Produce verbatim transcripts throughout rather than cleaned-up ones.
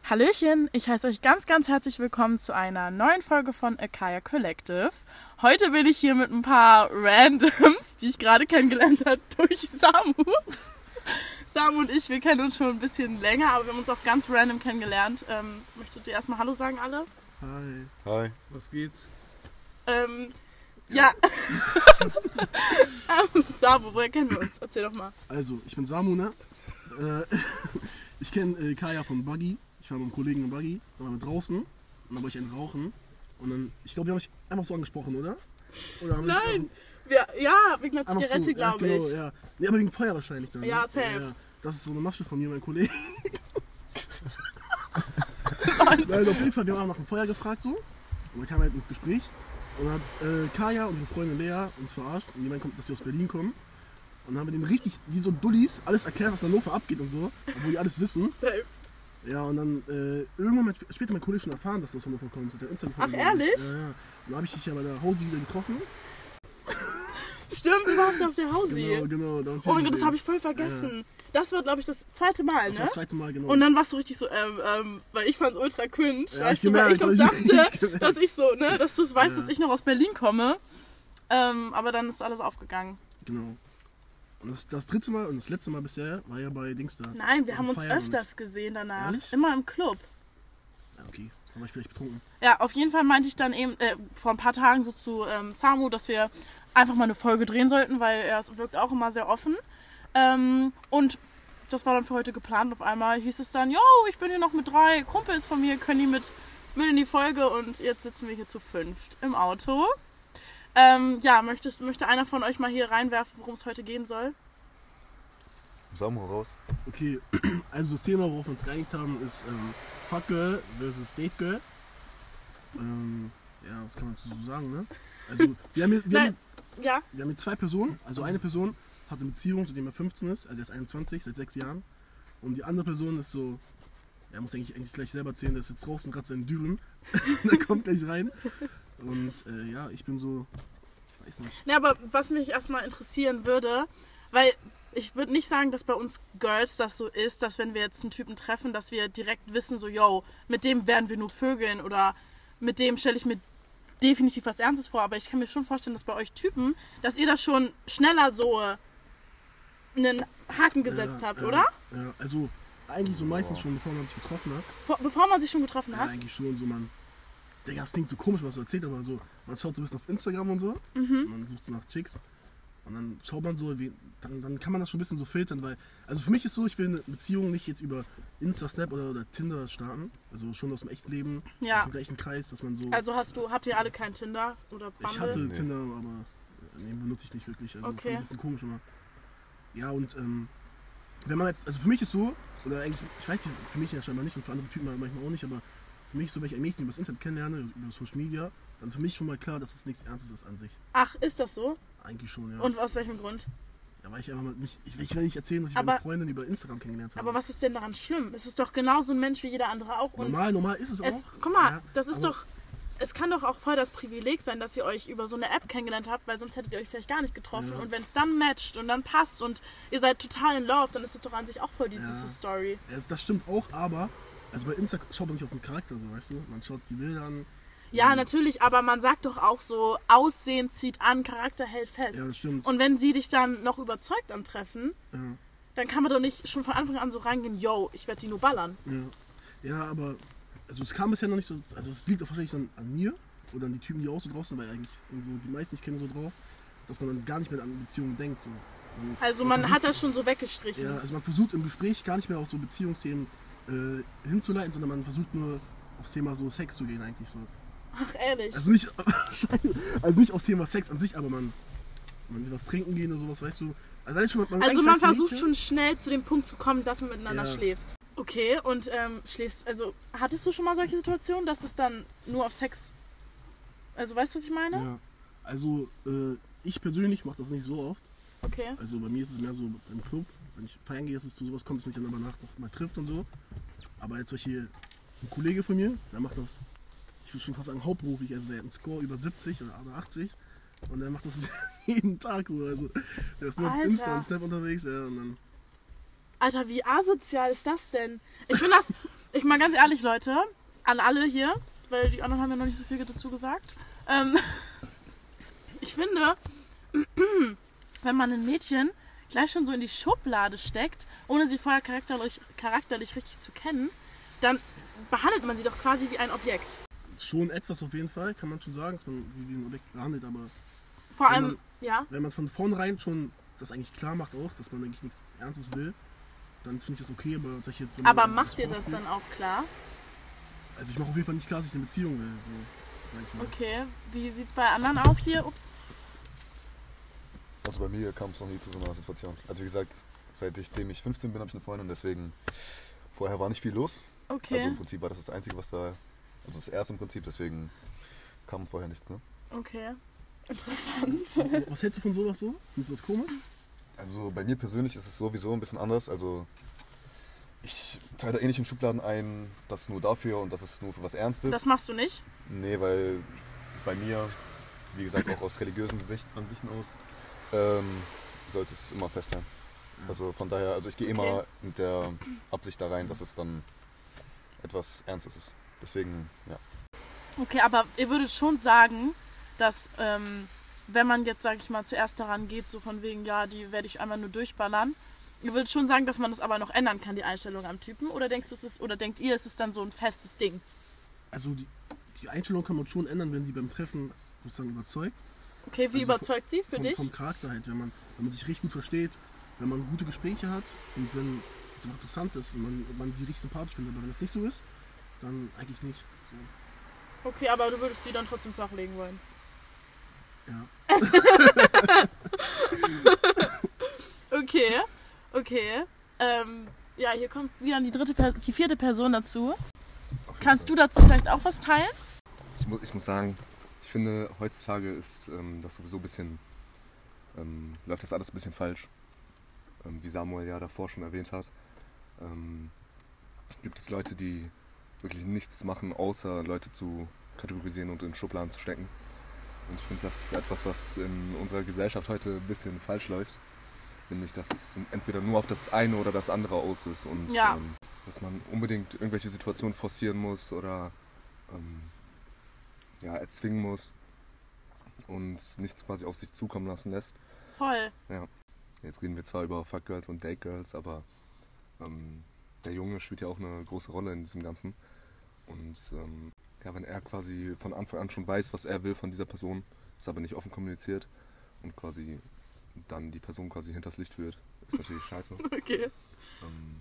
Hallöchen, ich heiße euch ganz, ganz herzlich willkommen zu einer neuen Folge von Akaya Collective. Heute bin ich hier mit ein paar Randoms, die ich gerade kennengelernt habe durch Samu. Samu und ich, wir kennen uns schon ein bisschen länger, aber wir haben uns auch ganz random kennengelernt. Ähm, möchtet ihr erstmal Hallo sagen, alle? Hi. Hi. Was geht's? Ähm, ja. ja. Samu, woher kennen wir uns? Erzähl doch mal. Also, ich bin Samu, ne? Äh, ich kenne äh, Kaya von Buggy. Ich war mit einem Kollegen im Buggy, dann waren wir draußen und dann wollte ich einen rauchen. Und dann, ich glaube, wir haben mich einfach so angesprochen, oder? oder haben Nein, wir, ja, wegen einer Zigarette, so, glaube ja, genau, ich. Ja. Nee, aber wegen Feuer wahrscheinlich dann. Ja, ne? safe. Ja, ja. Das ist so eine Masche von mir, mein Kollege. Nein, auf jeden Fall, wir haben nach dem Feuer gefragt so. Und dann kam er halt ins Gespräch. Und dann hat äh, Kaya und ihre Freundin Lea uns verarscht. Und die meinen, dass sie aus Berlin kommen. Und dann haben wir denen richtig, wie so Dullis, alles erklärt, was in Hannover abgeht und so. Obwohl die alles wissen. Safe. Ja, und dann äh, irgendwann mal später mein Kollege schon erfahren, dass du aus Hannover kommst. Der Ach, ehrlich? Ja, ja. Und dann habe ich dich ja bei der Hausi wieder getroffen. Stimmt, du warst ja auf der Hausi. Genau, genau. Da oh mein Gott, das habe ich voll vergessen. Ja. Das war, glaube ich, das zweite Mal, das ne? war das zweite Mal, genau. Und dann warst du richtig so, ähm, ähm, weil ich fand's ultra cringe. Ja, weißt ich du, weil ich gemerkt, doch ich dachte, ich dass ich so, ne, dass du es weißt, ja. dass ich noch aus Berlin komme. Ähm, aber dann ist alles aufgegangen. Genau. Und das, das dritte Mal und das letzte Mal bisher war ja bei Dings da. Nein, wir haben uns Feiern öfters gesehen danach. Ehrlich? Immer im Club. Ja, okay. Dann war ich vielleicht betrunken. Ja, auf jeden Fall meinte ich dann eben äh, vor ein paar Tagen so zu ähm, Samu, dass wir einfach mal eine Folge drehen sollten, weil er wirkt auch immer sehr offen. Ähm, und das war dann für heute geplant. Auf einmal hieß es dann, yo, ich bin hier noch mit drei Kumpels von mir, können die mit, mit in die Folge. Und jetzt sitzen wir hier zu fünft im Auto. Ähm, ja, möchte, möchte einer von euch mal hier reinwerfen, worum es heute gehen soll? Samu raus. Okay, also das Thema, worauf wir uns geeinigt haben, ist ähm, Fuck Girl versus Date Girl. Ähm, ja, was kann man dazu so sagen, ne? Also, wir haben hier, wir haben, Ja. wir haben hier zwei Personen. Also eine Person hat eine Beziehung, zu dem er fünfzehn ist, also er ist einundzwanzig, seit sechs Jahren. Und die andere Person ist so, er muss eigentlich, eigentlich gleich selber erzählen, der ist jetzt draußen gerade seinen Düren. Der kommt gleich rein. Und äh, ja, ich bin so, ich weiß nicht. Ja, aber was mich erstmal interessieren würde, weil ich würde nicht sagen, dass bei uns Girls das so ist, dass wenn wir jetzt einen Typen treffen, dass wir direkt wissen, so, yo, mit dem werden wir nur vögeln oder mit dem stelle ich mir definitiv was Ernstes vor. Aber ich kann mir schon vorstellen, dass bei euch Typen, dass ihr da schon schneller so einen Haken gesetzt ja, habt, ja, oder? Ja, also eigentlich so meistens schon, bevor man sich getroffen hat. Vor, bevor man sich schon getroffen Ja, hat? eigentlich schon so, man, Digga, das klingt so komisch, was du erzählt, aber so, man schaut so ein bisschen auf Instagram und so, Mhm. und man sucht so nach Chicks und dann schaut man so, wie, dann, dann kann man das schon ein bisschen so filtern, weil, also für mich ist so, ich will eine Beziehung nicht jetzt über Insta-Snap oder, oder Tinder starten, also schon aus dem echten Leben, Ja. aus dem gleichen Kreis, dass man so, Also hast du, habt ihr alle kein Tinder oder Bumble? ich hatte Nee. Tinder, aber nee, benutze ich nicht wirklich, also Okay. ein bisschen komisch immer. Ja, und ähm, wenn man jetzt, also für mich ist so, oder eigentlich, ich weiß nicht, für mich ja scheinbar nicht und für andere Typen manchmal auch nicht, aber für mich ist so, wenn ich ein Mädchen über das Internet kennenlerne, über Social Media, dann ist für mich schon mal klar, dass das nichts Ernstes ist an sich. Ach, ist das so? Eigentlich schon, ja. Und aus welchem Grund? Ja, weil ich einfach mal nicht, ich, ich will nicht erzählen, dass ich Aber- meine Freundin über Instagram kennengelernt habe. Aber was ist denn daran schlimm? Es ist doch genauso ein Mensch wie jeder andere auch. Und Normal, normal ist es auch. es, guck mal, ja, das ist aber- doch, es kann doch auch voll das Privileg sein, dass ihr euch über so eine App kennengelernt habt, weil sonst hättet ihr euch vielleicht gar nicht getroffen. Ja. Und wenn es dann matcht und dann passt und ihr seid total in Love, dann ist es doch an sich auch voll die Ja. süße Story. Ja, das stimmt auch, aber, also bei Insta schaut man nicht auf den Charakter so, weißt du? Man schaut die Bilder an. Ja, Mhm. natürlich, aber man sagt doch auch so, Aussehen zieht an, Charakter hält fest. Ja, das stimmt. Und wenn sie dich dann noch überzeugt antreffen, Ja, dann kann man doch nicht schon von Anfang an so reingehen, yo, ich werde die nur ballern. ja. ja, aber, also es kam bisher noch nicht so, also es liegt auch wahrscheinlich dann an mir oder an die Typen, die auch so draußen, weil eigentlich sind so die meisten, ich kenne so drauf, dass man dann gar nicht mehr an Beziehungen denkt. So. Man, Also man hat das schon so weggestrichen. Ja, also man versucht im Gespräch gar nicht mehr auf so Beziehungsthemen äh, hinzuleiten, sondern man versucht nur aufs Thema so Sex zu gehen eigentlich so. Ach, ehrlich. Also nicht, also nicht aufs Thema Sex an sich, aber man, man will was trinken gehen oder sowas, weißt du. Also, das ist schon, man, Also eigentlich man weiß die versucht Mädchen- schon schnell zu dem Punkt zu kommen, dass man miteinander Ja. schläft. Okay, und ähm, schläfst, also hattest du schon mal solche Situationen, dass es dann nur auf Sex, also weißt du, was ich meine? Ja, also äh, ich persönlich mache das nicht so oft. Okay. Also bei mir ist es mehr so im Club. Wenn ich feiern gehe, ist es zu sowas, kommt es mich dann aber nach noch mal trifft und so. Aber jetzt solche, ein Kollege von mir, der macht das, ich würde schon fast sagen hauptberuflich, also der hat einen Score über siebzig oder achtzig und der macht das jeden Tag so. Also der ist nur auf Alter. Insta und Snap unterwegs, ja, und dann. Alter, wie asozial ist das denn? Ich finde das, ich mal ganz ehrlich, Leute, an alle hier, weil die anderen haben ja noch nicht so viel dazu gesagt. Ähm, ich finde, wenn man ein Mädchen gleich schon so in die Schublade steckt, ohne sie vorher charakterlich, charakterlich richtig zu kennen, dann behandelt man sie doch quasi wie ein Objekt. Schon etwas auf jeden Fall, kann man schon sagen, dass man sie wie ein Objekt behandelt, aber Vor wenn allem, man, ja. wenn man von vornherein schon das eigentlich klar macht auch, dass man eigentlich nichts Ernstes will, dann finde ich das okay, aber sag ich jetzt... wenn Aber man macht ihr das das vorspielt- dann auch klar? Also ich mache auf jeden Fall nicht klar, dass ich eine Beziehung will, so, sag ich mal. Okay, wie sieht es bei anderen aus hier? Ups. Also bei mir kam es noch nie zu so einer Situation. Also wie gesagt, seitdem ich fünfzehn bin, habe ich eine Freundin, deswegen vorher war nicht viel los. Okay, Also im Prinzip war das das Einzige, was da, also das erste im Prinzip, deswegen kam vorher nichts, ne? okay. Interessant. Was hältst du von sowas so? Findest du das komisch? Also bei mir persönlich ist es sowieso ein bisschen anders. Also ich teile da eh nicht in Schubladen ein, das nur dafür und das ist nur für was Ernstes. Das machst du nicht? Nee, weil bei mir, wie gesagt, auch aus religiösen Sicht- Ansichten aus, ähm, sollte es immer fest sein. Also von daher, also ich gehe Okay. immer mit der Absicht da rein, dass es dann etwas Ernstes ist. Deswegen, ja. Okay, aber ihr würdet schon sagen, dass ähm, wenn man jetzt, sag ich mal, zuerst daran geht, so von wegen, ja, die werde ich einmal nur durchballern, ihr würdet schon sagen, dass man das aber noch ändern kann, die Einstellung am Typen? Oder denkst du, es ist, oder denkt ihr, es ist dann so ein festes Ding? Also die, die Einstellung kann man schon ändern, wenn sie beim Treffen sozusagen überzeugt. Okay, wie Also überzeugt sie für vom, dich? Vom Charakter halt, wenn man, wenn man sich richtig gut versteht, wenn man gute Gespräche hat und wenn es einfach interessant ist, wenn man, wenn man sie richtig sympathisch findet. Aber wenn es nicht so ist, dann eigentlich nicht. So, Okay, aber du würdest sie dann trotzdem flachlegen wollen. ja. Okay, okay. Ähm, ja, hier kommt wieder die dritte, Per- die vierte Person dazu. Kannst du dazu vielleicht auch was teilen? Ich, mu ich muss sagen, ich finde, heutzutage ist ähm, das sowieso ein bisschen, ähm, läuft das alles ein bisschen falsch. Ähm, wie Samuel ja davor schon erwähnt hat, ähm, gibt es Leute, die wirklich nichts machen, außer Leute zu kategorisieren und in Schubladen zu stecken. Und ich finde, das ist etwas, was in unserer Gesellschaft heute ein bisschen falsch läuft. Nämlich, dass es entweder nur auf das eine oder das andere aus ist und Ja. ähm, dass man unbedingt irgendwelche Situationen forcieren muss oder ähm, ja, erzwingen muss und nichts quasi auf sich zukommen lassen lässt. Voll. Jetzt reden wir zwar über Fuck Girls und Date Girls, aber ähm, der Junge spielt ja auch eine große Rolle in diesem Ganzen. Und ähm, ja, wenn er quasi von Anfang an schon weiß, was er will von dieser Person, es aber nicht offen kommuniziert und quasi dann die Person quasi hinters Licht führt, ist natürlich scheiße. Okay. Ähm,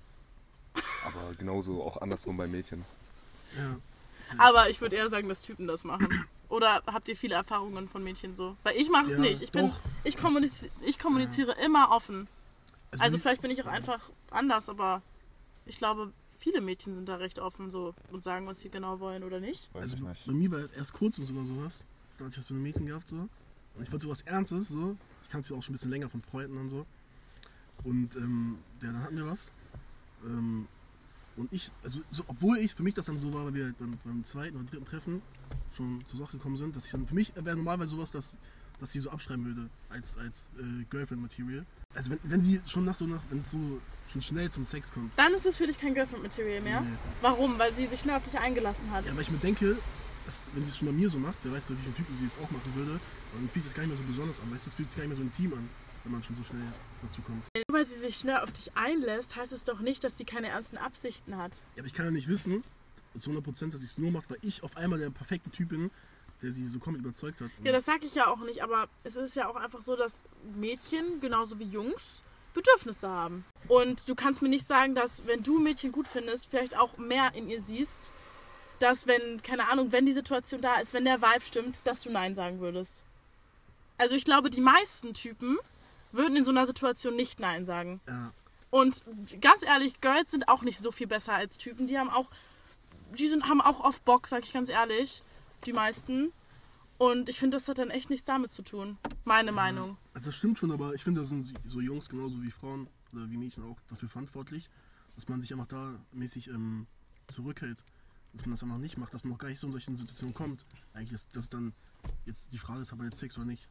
aber genauso auch andersrum bei Mädchen. Ja. Aber ich würde eher sagen, dass Typen das machen. Oder habt ihr viele Erfahrungen von Mädchen so? Weil ich mache es Ja, nicht. Ich, bin, doch. ich, kommuniz ich kommuniziere immer offen. Also wie- vielleicht bin ich auch einfach anders, aber ich glaube, viele Mädchen sind da recht offen so und sagen, was sie genau wollen oder nicht. Weiß Also ich bei nicht. mir war es erst kurz und sogar sowas. Da hatte ich was mit einem Mädchen gehabt so. Und ich wollte sowas Ernstes so. Ich kannte sie auch schon ein bisschen länger von Freunden und so. Und ähm, ja, dann hatten wir was. Ähm, und ich, also so, obwohl ich für mich das dann so war, weil wir halt beim, beim zweiten oder dritten Treffen schon zur Sache gekommen sind, dass ich dann für mich wäre normalerweise sowas, dass, dass sie so abschreiben würde als, als äh, Girlfriend-Material. Also wenn, wenn sie schon nach so nach, wenn es so schon schnell zum Sex kommt. Dann ist es für dich kein Girlfriend-Material mehr. Nee. Warum? Weil sie sich schnell auf dich eingelassen hat. Ja, weil ich mir denke, dass, wenn sie es schon bei mir so macht, wer weiß, bei welchen Typen sie es auch machen würde, dann fühlt sich das gar nicht mehr so besonders an. Weißt du, es fühlt sich gar nicht mehr so intim an, wenn man schon so schnell dazu kommt. Nur weil sie sich schnell auf dich einlässt, heißt es doch nicht, dass sie keine ernsten Absichten hat. Ja, aber ich kann ja nicht wissen, zu hundert Prozent, dass sie es nur macht, weil ich auf einmal der perfekte Typ bin, der sie so komplett überzeugt hat. Ja, das sag ich ja auch nicht, aber es ist ja auch einfach so, dass Mädchen, genauso wie Jungs, Bedürfnisse haben. Und du kannst mir nicht sagen, dass, wenn du ein Mädchen gut findest, vielleicht auch mehr in ihr siehst, dass wenn, keine Ahnung, wenn die Situation da ist, wenn der Vibe stimmt, dass du Nein sagen würdest. Also ich glaube, die meisten Typen würden in so einer Situation nicht Nein sagen. Ja, Und ganz ehrlich, Girls sind auch nicht so viel besser als Typen. Die haben auch, die sind, haben auch oft Bock, sag ich ganz ehrlich. Die meisten. Und ich finde, das hat dann echt nichts damit zu tun. Meine Meinung. also das stimmt schon, aber ich finde, da sind so Jungs genauso wie Frauen oder wie Mädchen auch dafür verantwortlich, dass man sich einfach da mäßig ähm, zurückhält. Dass man das einfach nicht macht, dass man auch gar nicht so in solchen Situationen kommt. Eigentlich, dass, dass dann jetzt die Frage ist, hat man jetzt Sex oder nicht.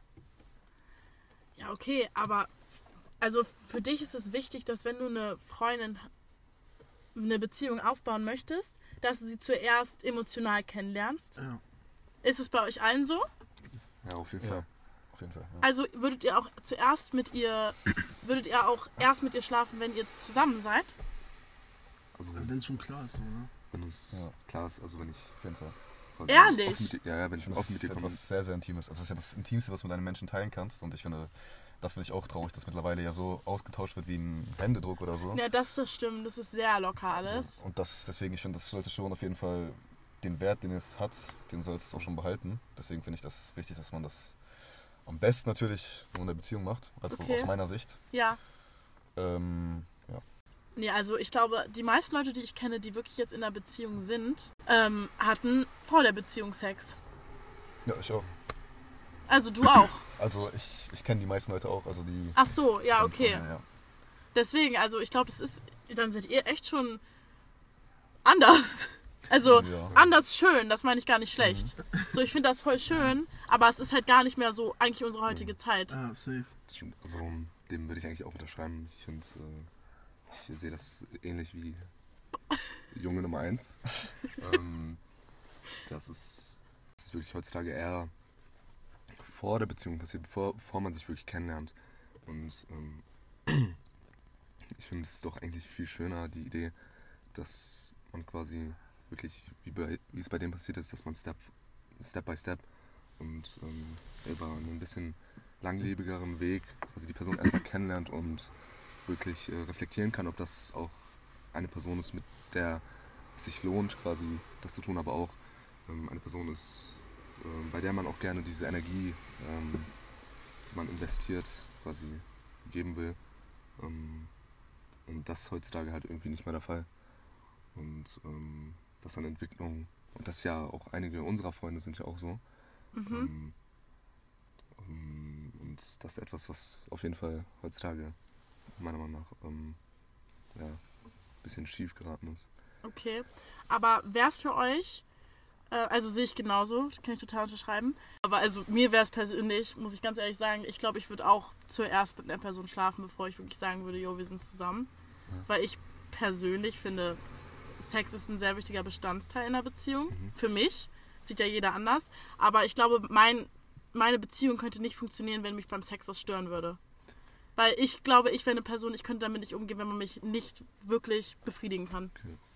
Ja, okay, aber also für dich ist es wichtig, dass wenn du eine Freundin eine Beziehung aufbauen möchtest, dass du sie zuerst emotional kennenlernst. Ja. Ist es bei euch allen so? Ja, auf jeden Ja. Fall. Auf jeden Fall. Ja. Also würdet ihr auch zuerst mit ihr, würdet ihr auch erst mit ihr schlafen, wenn ihr zusammen seid? Also, Also wenn es schon klar ist, so, ne? wenn es Ja. klar ist, also wenn ich Auf jeden Fall. quasi Ehrlich? offen mit dir, ja, ja, wenn Ich ich finde, das offen mit ist dir komme. etwas sehr, sehr Intimes. Also das ist ja das Intimste, was du mit einem Menschen teilen kannst. Und ich finde, das finde ich auch traurig, dass mittlerweile ja so ausgetauscht wird wie ein Händedruck oder so. Ja, das, das stimmt. Das ist sehr locker alles. Und das, deswegen, ich finde, das sollte schon auf jeden Fall den Wert, den es hat, den sollte es auch schon behalten. Deswegen finde ich das wichtig, dass man das am besten natürlich nur in der Beziehung macht, also Okay. aus meiner Sicht. Ja. Ähm, ja. Nee, also ich glaube, die meisten Leute, die ich kenne, die wirklich jetzt in einer Beziehung sind, ähm, hatten vor der Beziehung Sex. ja, ich auch. Also du auch. Also ich, ich kenne die meisten Leute auch, also die... Ach so, ja, okay. Ja, ja. Deswegen, also ich glaube, das ist, dann seid ihr echt schon anders. Also Ja. anders schön, das meine ich gar nicht schlecht. So, ich finde das voll schön, aber es ist halt gar nicht mehr so eigentlich unsere heutige Zeit. Ah, safe. Das stimmt. Also dem würde ich eigentlich auch unterschreiben. Ich finde, äh, ich sehe das ähnlich wie Junge Nummer eins. ähm, das ist, das ist wirklich heutzutage eher vor der Beziehung passiert, bevor, bevor man sich wirklich kennenlernt. Und ähm, ich finde es doch eigentlich viel schöner, die Idee, dass man quasi wirklich, wie, bei, wie es bei dem passiert ist, dass man Step, Step by Step und ähm, über einen bisschen langlebigeren Weg quasi die Person erstmal kennenlernt und wirklich äh, reflektieren kann, ob das auch eine Person ist, mit der es sich lohnt, quasi das zu tun, aber auch ähm, eine Person ist, äh, bei der man auch gerne diese Energie, ähm, die man investiert, quasi geben will. Ähm, und das ist heutzutage halt irgendwie nicht mehr der Fall. Und ähm, das an Entwicklung, und das ja auch einige unserer Freunde sind ja auch so. Mhm. Ähm, ähm, und das ist etwas, was auf jeden Fall heutzutage meiner Meinung nach ähm, ja, ein bisschen schief geraten ist. Okay, aber wäre es für euch, äh, also sehe ich genauso, das kann ich total unterschreiben, aber also mir wäre es persönlich, muss ich ganz ehrlich sagen, ich glaube, ich würde auch zuerst mit einer Person schlafen, bevor ich wirklich sagen würde, jo, wir sind zusammen. Ja. Weil ich persönlich finde, Sex ist ein sehr wichtiger Bestandteil in einer Beziehung. Mhm. Für mich. Sieht ja jeder anders. Aber ich glaube, mein, meine Beziehung könnte nicht funktionieren, wenn mich beim Sex was stören würde. Weil ich glaube, ich wäre eine Person, ich könnte damit nicht umgehen, wenn man mich nicht wirklich befriedigen kann.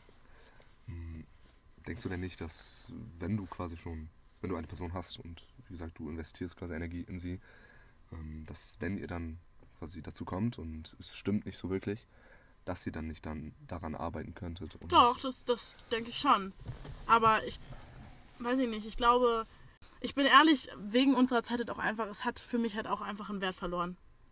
Hm, Denkst du denn nicht, dass wenn du quasi schon, wenn du eine Person hast und wie gesagt, du investierst quasi Energie in sie, ähm, dass wenn ihr dann quasi dazu kommt und es stimmt nicht so wirklich, dass ihr dann nicht dann daran arbeiten könntet? Und Doch, das, das denke ich schon. Aber ich weiß ich nicht, ich glaube, ich bin ehrlich, wegen unserer Zeit halt auch einfach, es hat für mich halt auch einfach einen Wert verloren.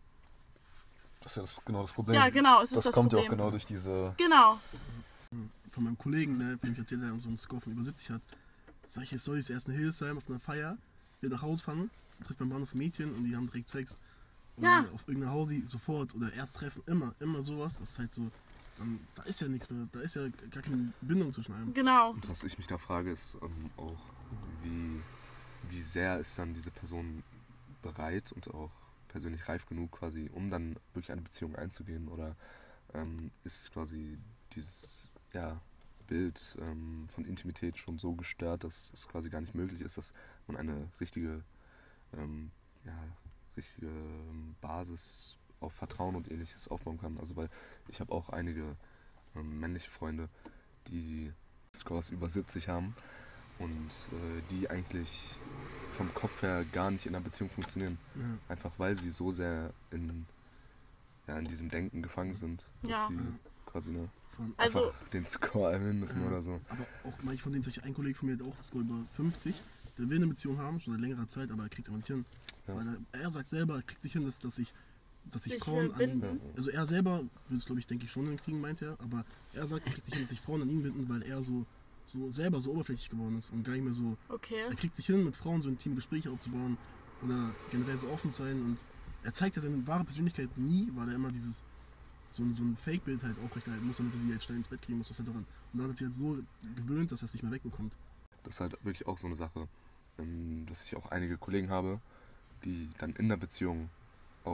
Das ist ja das, genau das Problem. Ja, genau, es ist das, das kommt ja Problem. auch genau durch diese... Genau. Von meinem Kollegen, der von dem ich erzählt habe, der so einen Score von über siebzig hat, sag ich, soll ich erst in Hildesheim auf einer Feier, will nach Hause fahren, trifft beim Bahnhof ein Mädchen und die haben direkt Sex. Oder Ja. auf irgendeiner Hausi sofort oder erst treffen, immer, immer sowas. Das ist halt so, dann, da ist ja nichts mehr, da ist ja gar keine Bindung zwischen einem. Genau. Und was ich mich da frage, ist ähm, auch, wie, wie sehr ist dann diese Person bereit und auch persönlich reif genug quasi, um dann wirklich eine Beziehung einzugehen, oder ähm, ist quasi dieses ja, Bild ähm, von Intimität schon so gestört, dass es quasi gar nicht möglich ist, dass man eine richtige, ähm, ja, richtige ähm, Basis auf Vertrauen und ähnliches aufbauen kann. Also weil ich habe auch einige ähm, männliche Freunde, die Scores über siebzig haben und äh, die eigentlich vom Kopf her gar nicht in einer Beziehung funktionieren. Ja. Einfach weil sie so sehr in, ja, in diesem Denken gefangen sind, dass Ja. sie Ja. quasi ne, Von, Also, einfach den Score erhöhen müssen Ja. oder so. aber auch manche von denen, zum Beispiel ein Kollege von mir hat auch das Score über fünfzig, der will eine Beziehung haben, schon seit längerer Zeit, aber er kriegt es aber nicht hin. Ja. Weil er, er sagt selber, er kriegt nicht hin, dass, dass sich dass sich Sich Frauen an ihn, binden. also er selber würde es glaube ich, denke ich schon hinkriegen, meint er, aber er sagt, er kriegt nicht hin, dass sich Frauen an ihn binden, weil er so, so selber so oberflächlich geworden ist und gar nicht mehr so, okay. er kriegt sich hin, mit Frauen so intime Gespräche aufzubauen oder generell so offen sein und er zeigt ja seine wahre Persönlichkeit nie, weil er immer dieses, so ein, so ein Fake-Bild halt aufrechterhalten muss, damit er sie halt schnell ins Bett kriegen muss, was halt daran. Und dann hat sie halt so gewöhnt, dass er es nicht mehr wegbekommt. Das ist halt wirklich auch so eine Sache, ähm, dass ich auch einige Kollegen habe, die dann in der Beziehung auch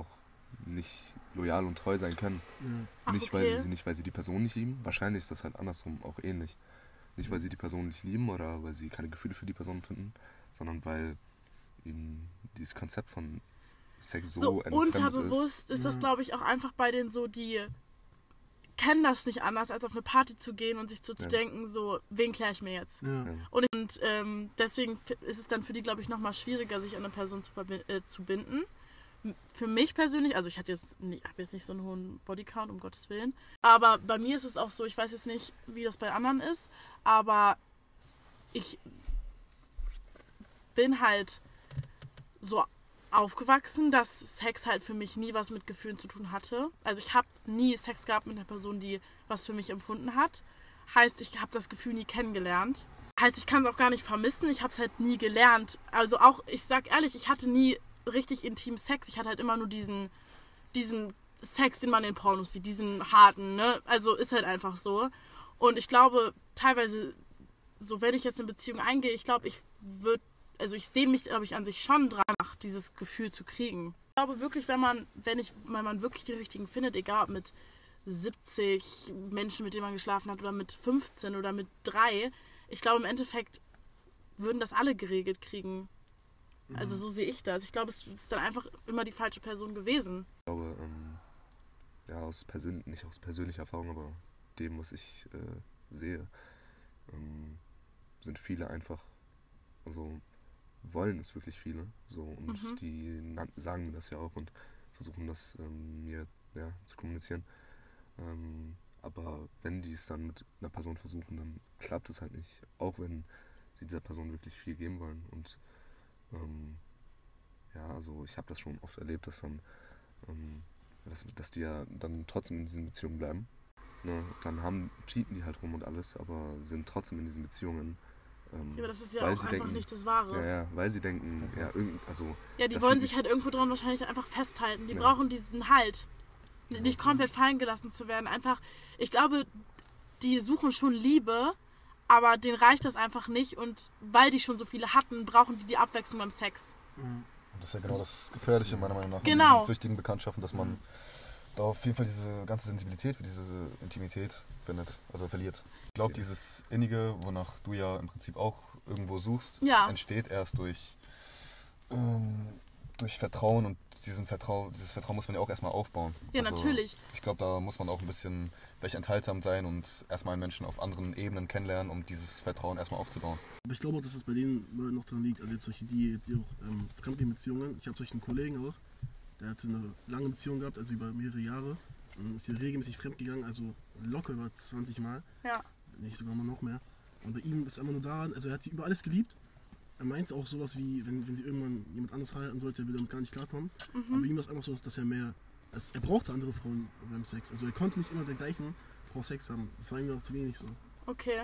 nicht loyal und treu sein können. Ja. Ach, nicht, okay. weil sie nicht, weil sie die Person nicht lieben. Wahrscheinlich ist das halt andersrum auch ähnlich. Nicht, weil sie die Person nicht lieben oder weil sie keine Gefühle für die Person empfinden, sondern weil ihnen dieses Konzept von Sex so, So entfremdet unterbewusst ist, ist das, Ja. glaube ich, auch einfach bei denen so, die kennen das nicht anders, als auf eine Party zu gehen und sich so zu Ja. denken, so, wen kläre ich mir jetzt? Ja. Ja. Und, und ähm, deswegen f- ist es dann für die, glaube ich, nochmal schwieriger, sich an eine Person zu, verbi- äh, zu binden. M- Für mich persönlich, also ich hatte jetzt, nie- habe jetzt nicht so einen hohen Bodycount, um Gottes Willen. Aber bei mir ist es auch so, ich weiß jetzt nicht, wie das bei anderen ist, aber ich bin halt so aufgewachsen, dass Sex halt für mich nie was mit Gefühlen zu tun hatte. Also ich habe nie Sex gehabt mit einer Person, die was für mich empfunden hat. Heißt, ich habe das Gefühl nie kennengelernt. Heißt, ich kann es auch gar nicht vermissen. Ich habe es halt nie gelernt. Also auch, ich sag ehrlich, ich hatte nie richtig intim Sex. Ich hatte halt immer nur diesen, diesen Sex, den man in Pornos sieht, diesen harten, ne? Also ist halt einfach so. Und ich glaube, teilweise, so wenn ich jetzt in Beziehung eingehe, ich glaube, ich würde Also ich sehe mich, glaube ich, an sich schon dran, dieses Gefühl zu kriegen. Ich glaube wirklich, wenn man, wenn ich, wenn man wirklich den richtigen findet, egal ob mit siebzig Menschen, mit denen man geschlafen hat, oder mit fünfzehn oder mit drei, ich glaube im Endeffekt würden das alle geregelt kriegen. Also so sehe ich das. Ich glaube, es ist dann einfach immer die falsche Person gewesen. Ich glaube, ähm, ja, aus persön nicht aus persönlicher Erfahrung, aber dem, was ich äh, sehe, ähm, sind viele einfach, also wollen es wirklich viele, so, und Mhm. die na- sagen mir das ja auch und versuchen das ähm, mir ja, zu kommunizieren. Ähm, aber wenn die es dann mit einer Person versuchen, dann klappt es halt nicht, auch wenn sie dieser Person wirklich viel geben wollen. Und ähm, ja, also ich habe das schon oft erlebt, dass dann, ähm, dass, dass die ja dann trotzdem in diesen Beziehungen bleiben. Ne? Dann haben, cheaten die halt rum und alles, aber sind trotzdem in diesen Beziehungen. Ähm, Ja, aber das ist ja weil auch sie einfach denken, nicht das Wahre. Ja, ja, weil sie denken, ja, irgend, also Ja, die dass wollen sie sich nicht- halt irgendwo dran wahrscheinlich einfach festhalten. Die Ja. brauchen diesen Halt. Nicht komplett fallen gelassen zu werden. Einfach, ich glaube, die suchen schon Liebe, aber denen reicht das einfach nicht. Und weil die schon so viele hatten, brauchen die die Abwechslung beim Sex. Und das ist ja genau das Gefährliche meiner Meinung nach. Genau. An diesen flüchtigen Bekanntschaften, dass man da auf jeden Fall diese ganze Sensibilität für diese Intimität findet, also verliert. Ich glaube, dieses Innige, wonach du ja im Prinzip auch irgendwo suchst, Ja. entsteht erst durch, ähm, durch Vertrauen, und diesen Vertrauen, dieses Vertrauen muss man ja auch erstmal aufbauen. Ja, Also, natürlich. Ich glaube, da muss man auch ein bisschen vielleicht enthaltsam sein und erstmal einen Menschen auf anderen Ebenen kennenlernen, um dieses Vertrauen erstmal aufzubauen. Aber ich glaube auch, dass es bei den Leuten noch dran liegt. Also jetzt solche, die, die auch ähm, Fremdgehen-Beziehungen. Ich habe solchen Kollegen auch, der hatte eine lange Beziehung gehabt, also über mehrere Jahre. Und ist hier regelmäßig fremdgegangen, also locker über zwanzig Mal. Ja. Wenn nicht sogar mal noch mehr. Und bei ihm ist es einfach nur daran, also er hat sie über alles geliebt. Er meint auch sowas wie, wenn, wenn sie irgendwann jemand anderes heiraten sollte, würde er damit gar nicht klarkommen. Mhm. Aber bei ihm war es einfach so, dass er mehr, dass er brauchte andere Frauen beim Sex. Also er konnte nicht immer mit der gleichen Frau Sex haben. Das war ihm auch zu wenig so. Okay.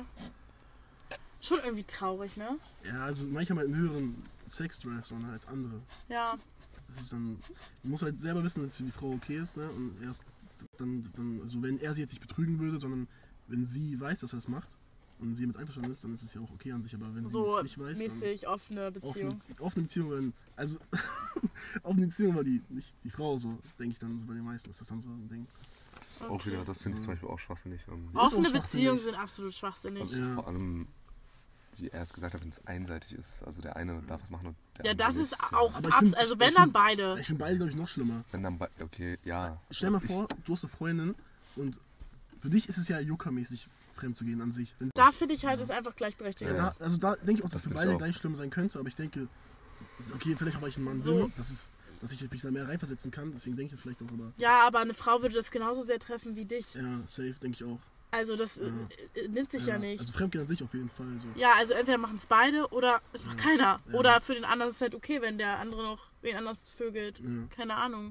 Schon irgendwie traurig, ne? Ja, also manche haben halt einen höheren Sex-Drive so, ne, als andere. Ja. Das ist dann, man muss halt selber wissen, wenn es für die Frau okay ist, ne? Und erst dann, dann, also wenn er sie jetzt nicht betrügen würde, sondern wenn sie weiß, dass er es macht und sie mit einverstanden ist, dann ist es ja auch okay an sich. Aber wenn So sie es nicht weiß, mäßig offene dann Beziehung. offene, offene Beziehung, wenn, also offene Beziehung war die, nicht die Frau, so denke ich dann, so bei den meisten ist das dann so ein Ding. das ist Okay. auch wieder, das finde ich zum Beispiel auch schwachsinnig. Ähm, auch Offene schwachsinnig. Beziehungen sind absolut schwachsinnig. Ja. Vor allem, wie er es gesagt hat, wenn es einseitig ist. Also der eine darf was machen und der Ja, andere das ist nicht. auch Aber ich abs find- also ich- wenn ich dann find- beide. Ich finde beide, glaube ich, noch schlimmer. Wenn dann bei, okay, ja. Stell mal Ich- vor, du hast eine Freundin und für dich ist es ja juckermäßig fremd zu gehen an sich. Wenn, Da finde ich halt, ist einfach gleichberechtigt. da, also da denke ich auch, dass Das es für find ich beide auch. gleich schlimm sein könnte, aber ich denke, okay, vielleicht auch, weil ich ein Mann So. bin, dass, es, dass ich mich da mehr reinversetzen kann, deswegen denke ich es vielleicht auch, aber Ja, aber eine Frau würde das genauso sehr treffen wie dich. ja, safe, denke ich auch. Also das äh, äh, nimmt sich ja, nicht. Also Fremdgehen an sich auf jeden Fall. So. Ja, also entweder machen es beide oder es macht keiner. Ja. Oder für den anderen ist es halt okay, wenn der andere noch wen anders vögelt. Ja. Keine Ahnung.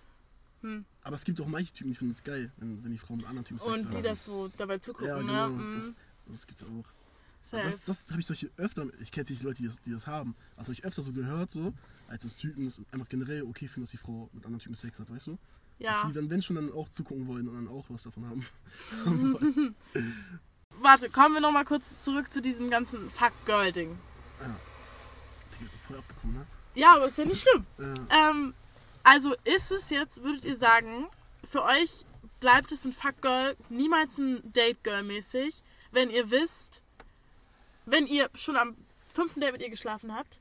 Hm. Aber es gibt auch manche Typen, die finden es geil, wenn, wenn die Frau mit anderen Typen Sex Und hat. die das das so ist- dabei zugucken, Ja, ne? genau, Mhm. das, das gibt's auch. Safe. Das, das habe ich solche öfter, ich kenne nicht die Leute, die das, die das haben, das habe ich öfter so gehört, so, als das Typen es einfach generell okay finden, dass die Frau mit anderen Typen Sex hat, weißt du? Dass Ja. die dann, wenn schon, dann auch zugucken wollen und dann auch was davon haben. Warte, kommen wir nochmal kurz zurück zu diesem ganzen Fuck-Girl-Ding. Die ist voll abgekommen, ne? Ja, aber ist ja nicht schlimm. Ja. Ähm, Also ist es jetzt, würdet ihr sagen, für euch bleibt es ein Fuckgirl, niemals ein Date-Girl mäßig, wenn ihr wisst, wenn ihr schon am fünften Date mit ihr geschlafen habt?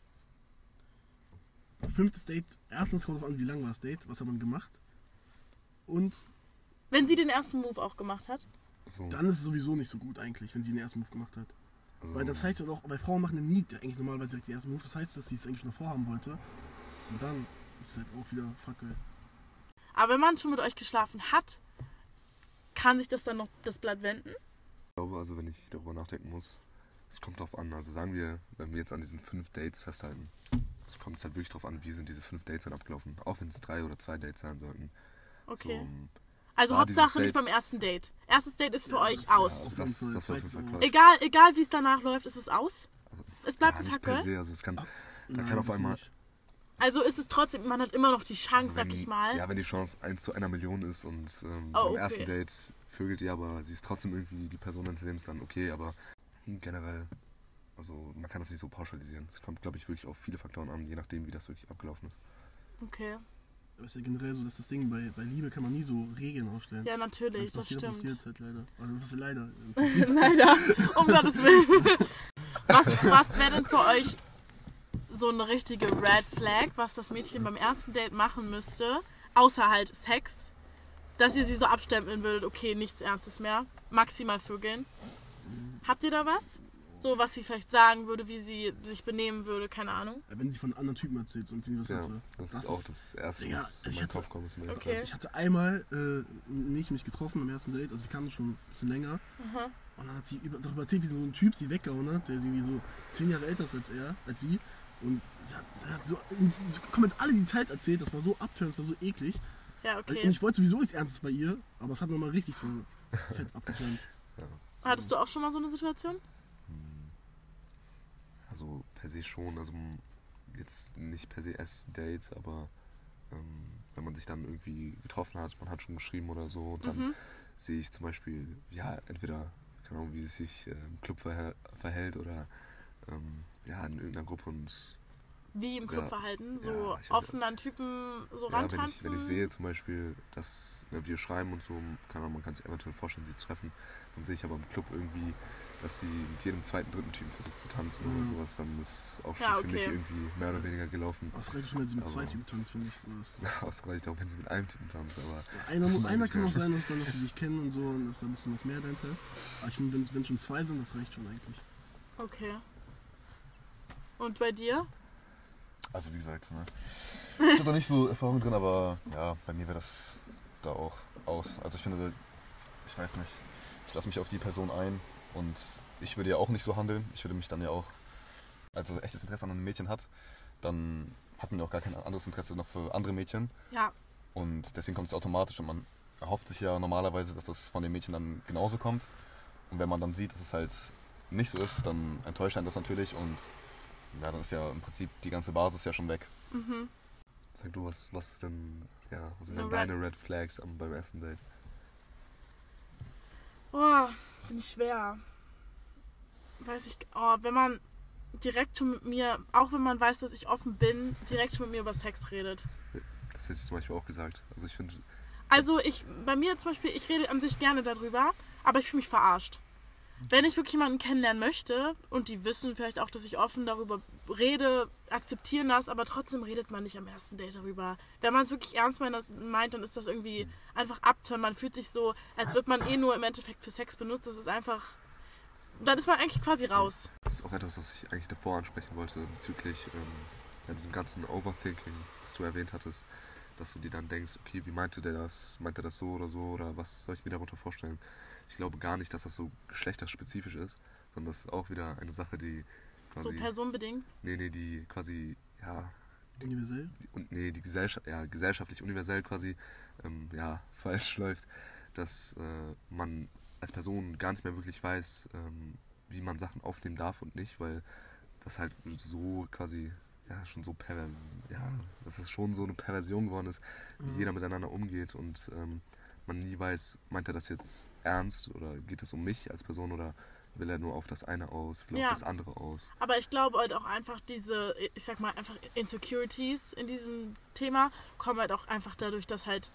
Fünftes Date, erstens kommt drauf an, wie lang war das Date, was hat man gemacht. Und Wenn sie den ersten Move auch gemacht hat? So, dann ist es sowieso nicht so gut eigentlich, wenn sie den ersten Move gemacht hat. also, Weil das heißt ja auch, weil Frauen machen ja nie eigentlich normalerweise direkt den ersten Move, das heißt, dass sie es eigentlich schon davor haben wollte. Und dann ist es halt auch wieder fuck geil. Aber wenn man schon mit euch geschlafen hat, kann sich das dann noch das Blatt wenden? ich glaube, also wenn ich darüber nachdenken muss, es kommt drauf an. Also sagen wir, wenn wir jetzt an diesen fünf Dates festhalten, es kommt es halt wirklich drauf an, wie sind diese fünf Dates dann abgelaufen. Auch wenn es drei oder zwei Dates sein sollten. Okay. So, um, Also war dieses Hauptsache nicht Date- beim ersten Date. Erstes Date ist für Ja, euch das- aus. auf das, jeden das, Fall. das war auf jeden Fall Zweites Quatsch. Egal, egal wie es danach läuft, ist es aus. Es bleibt ja, ein nicht per Fuckgirl. se, also es kann, da Nein, kann auf das einmal, nicht. Also ist es trotzdem, man hat immer noch die Chance, wenn, sag ich mal. ja, wenn die Chance eins zu einer Million ist und ähm, Oh, beim okay. ersten Date vögelt ihr, aber sie ist trotzdem irgendwie die Person deines Lebens, dann okay, aber generell, also man kann das nicht so pauschalisieren. Es kommt, glaube ich, wirklich auf viele Faktoren an, je nachdem, wie das wirklich abgelaufen ist. Okay. Aber es ist ja generell so, dass das Ding, bei, bei Liebe kann man nie so Regeln aufstellen. Ja, natürlich, Wenn's das passiert, stimmt. passiert halt leider. Also was ist leider äh, passiert. Leider, um Gottes Willen. Was, was wäre denn für euch so eine richtige Red Flag, was das Mädchen beim ersten Date machen müsste, außer halt Sex, dass ihr sie so abstempeln würdet, okay, nichts Ernstes mehr, maximal vögeln. Habt ihr da was? So, was sie vielleicht sagen würde, wie sie sich benehmen würde, keine Ahnung. Ja, wenn sie von anderen Typen erzählt und sie was Ja, hatte. das, Das ist auch ist- das Erste, Ja, was in ich meinen hatte- Kopf kommt. Ist mir jetzt Okay. Ich hatte einmal äh, ein Mädchen mich getroffen am ersten Date, also wir kannten schon ein bisschen länger. Aha. Und dann hat sie über, darüber erzählt, wie so ein Typ sie weggehauen hat, der irgendwie so zehn Jahre älter ist als er, als sie. Und sie hat, sie hat so, so komplett alle Details erzählt, das war so abtörend, das war so eklig. Ja, Und okay. ich wollte sowieso nichts Ernstes bei ihr, aber es hat nochmal richtig so fett abgeturnt. Hattest du auch schon mal so eine Situation? Also per se schon, also m, jetzt nicht per se erst Date, aber ähm, wenn man sich dann irgendwie getroffen hat, man hat schon geschrieben oder so und dann Mhm. sehe ich zum Beispiel, ja, entweder, keine Ahnung, wie sie sich äh, im Club verhält, verhält oder ähm, ja, in irgendeiner Gruppe und Wie im Ja. Clubverhalten? So Ja, ich hatte- offen an Typen so ja, wenn rantanzen? ich, wenn ich sehe zum Beispiel, dass ne, wir schreiben und so, keine Ahnung, man kann sich eventuell vorstellen, sie zu treffen, dann sehe ich aber im Club irgendwie, dass sie mit jedem zweiten, dritten Typen versucht zu tanzen Mhm. oder sowas, dann ist auch schon Ja, für mich okay. irgendwie mehr oder weniger gelaufen. Aber es reicht schon, wenn sie mit zwei Aber- Typen tanzt, finde ich. So. Das- Ausreicht auch, wenn sie mit einem Typen tanzt, aber Einer, Das muss- mag einer ich kann mehr. auch sein, dass, dann, dass sie sich kennen und so und dass da ein bisschen was mehr dahinter ist. Aber ich finde, wenn es schon zwei sind, das reicht schon eigentlich. Okay. Und bei dir? Also wie gesagt, ne? Ich habe da nicht so Erfahrung drin, aber ja, bei mir wäre das da auch aus. Also ich finde, ich weiß nicht, ich lasse mich auf die Person ein und ich würde ja auch nicht so handeln. Ich würde mich dann ja auch, also echtes Interesse an einem Mädchen hat, dann hat man ja auch gar kein anderes Interesse noch für andere Mädchen Ja. und deswegen kommt es automatisch und man erhofft sich ja normalerweise, dass das von den Mädchen dann genauso kommt und wenn man dann sieht, dass es halt nicht so ist, dann enttäuscht einen das natürlich und ja, dann ist ja im Prinzip die ganze Basis ja schon weg. Mhm. sag du, was, was ist denn, ja, was sind Eine denn Red- deine Red Flags am, beim ersten Date? Oh, finde ich schwer. Weiß ich, oh, wenn man direkt schon mit mir, auch wenn man weiß, dass ich offen bin, direkt schon mit mir über Sex redet. Das hätte ich zum Beispiel auch gesagt. Also ich finde, Also ich, bei mir zum Beispiel, ich rede an sich gerne darüber, aber ich fühle mich verarscht. Wenn ich wirklich jemanden kennenlernen möchte und die wissen vielleicht auch, dass ich offen darüber rede, akzeptieren das, aber trotzdem redet man nicht am ersten Date darüber. Wenn man es wirklich ernst meint, das- meint, dann ist das irgendwie einfach abtören. Man fühlt sich so, als wird man eh nur im Endeffekt für Sex benutzt. Das ist einfach, dann ist man eigentlich quasi raus. das ist auch etwas, was ich eigentlich davor ansprechen wollte bezüglich ähm, ja, diesem ganzen Overthinking, was du erwähnt hattest. Dass du dir dann denkst, okay, wie meinte der das? Meint er das so oder so? Oder was soll ich mir darunter vorstellen? Ich glaube gar nicht, dass das so geschlechterspezifisch ist, sondern das ist auch wieder eine Sache, die quasi... So personenbedingt. nee, nee, die quasi, ja, Universell? und nee, die Gesellschaft, ja, gesellschaftlich universell quasi ähm, ja, falsch läuft, dass äh, man als Person gar nicht mehr wirklich weiß, ähm, wie man Sachen aufnehmen darf und nicht, weil das halt so quasi, ja, schon so pervers, ja, dass es schon so eine Perversion geworden ist, wie Mhm. jeder miteinander umgeht und ähm, man nie weiß, meint er das jetzt ernst oder geht es um mich als Person oder will er nur auf das eine aus, will Ja. auf das andere aus. Aber ich glaube halt auch einfach diese, ich sag mal, einfach Insecurities in diesem Thema kommen halt auch einfach dadurch, dass halt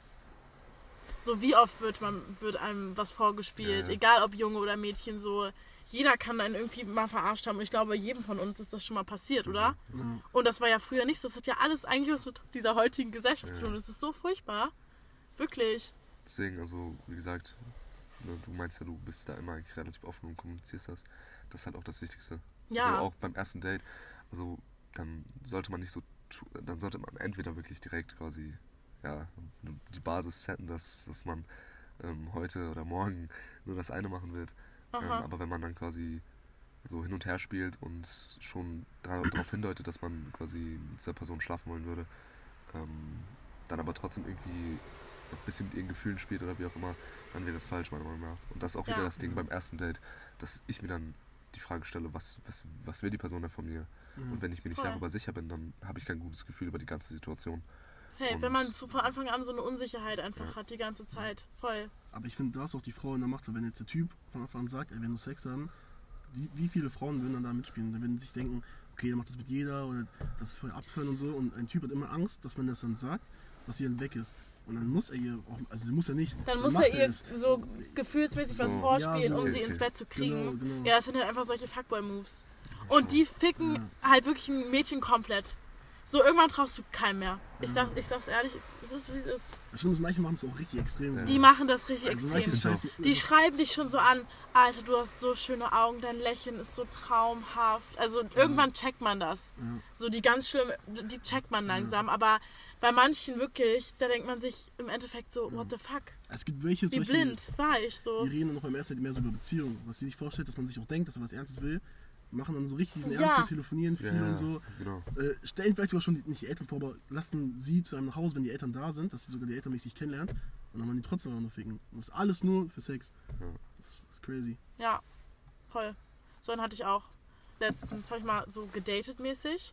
so wie oft wird man wird einem was vorgespielt, Ja, ja. egal ob Junge oder Mädchen, so jeder kann einen irgendwie mal verarscht haben. Und ich glaube, jedem von uns ist das schon mal passiert, oder? Ja. Und das war ja früher nicht so. Das hat ja alles eigentlich was mit dieser heutigen Gesellschaft zu tun. Das ist so furchtbar. Wirklich. Deswegen, also wie gesagt, ne, du meinst ja, du bist da immer eigentlich relativ offen und kommunizierst das. Das ist halt auch das Wichtigste. Ja. Also auch beim ersten Date, also dann sollte man nicht so, tu- dann sollte man entweder wirklich direkt quasi, ja, die Basis setzen, dass, dass man ähm, heute oder morgen nur das eine machen wird. Ähm, Aha. aber wenn man dann quasi so hin und her spielt und schon dra- darauf hindeutet, dass man quasi mit dieser Person schlafen wollen würde, ähm, dann aber trotzdem irgendwie noch ein bisschen mit ihren Gefühlen spielt oder wie auch immer, dann wäre es falsch, meiner Meinung nach. Und das ist auch Ja. wieder das Ding beim ersten Date, dass ich mir dann die Frage stelle, was, was, was will die Person denn von mir? Mhm. Und wenn ich mir nicht Voll. darüber sicher bin, dann habe ich kein gutes Gefühl über die ganze Situation. Safe, Und- wenn man zu, von Anfang an so eine Unsicherheit einfach Ja. hat, die ganze Zeit. Voll. Aber ich finde, da ist auch die Frau in der Macht, weil wenn jetzt der Typ von Anfang an sagt, er will nur Sex haben, die, wie viele Frauen würden dann da mitspielen? Dann würden sich denken, okay, er macht das mit jeder oder das ist voll abhören und so. Und ein Typ hat immer Angst, dass wenn das dann sagt, dass sie dann weg ist. Und dann muss er ihr auch, also sie muss ja nicht. Dann muss macht er ihr es. so gefühlsmäßig was So. vorspielen, Ja, so. um sie Okay, ins okay. Bett zu kriegen. Genau, genau. Ja, das sind halt einfach solche Fuckboy-Moves. Und die ficken halt wirklich ein Mädchen komplett. So, irgendwann traust du keinem mehr. Ich sag's, ich sag's ehrlich, es ist wie es ist. Das stimmt, manche machen es auch richtig extrem. Ja. Die machen das richtig also extrem. manche Scheiße, Die schreiben dich schon so an, Alter, du hast so schöne Augen, dein Lächeln ist so traumhaft. Also irgendwann checkt man das. Ja. So die ganz schlimm, die checkt man langsam. Aber bei manchen wirklich, da denkt man sich im Endeffekt so, what the fuck? Es gibt welche, Wie solche, blind war ich die so. reden dann noch beim ersten Date mehr so über Beziehungen. Was sie sich vorstellt, dass man sich auch denkt, dass er was Ernstes will. Machen dann so richtig diesen Ja. Ernst, telefonieren viel Ja, ja, und so. genau. Äh, stellen vielleicht sogar schon die, nicht die Eltern vor, aber lassen sie zu einem nach Hause, wenn die Eltern da sind, dass sie sogar die Eltern mäßig kennenlernt. Und dann wollen die trotzdem auch noch ficken. Und das ist alles nur für Sex. Ja. Das ist crazy. Ja, voll. So einen hatte ich auch letztens, habe ich mal so gedatet mäßig.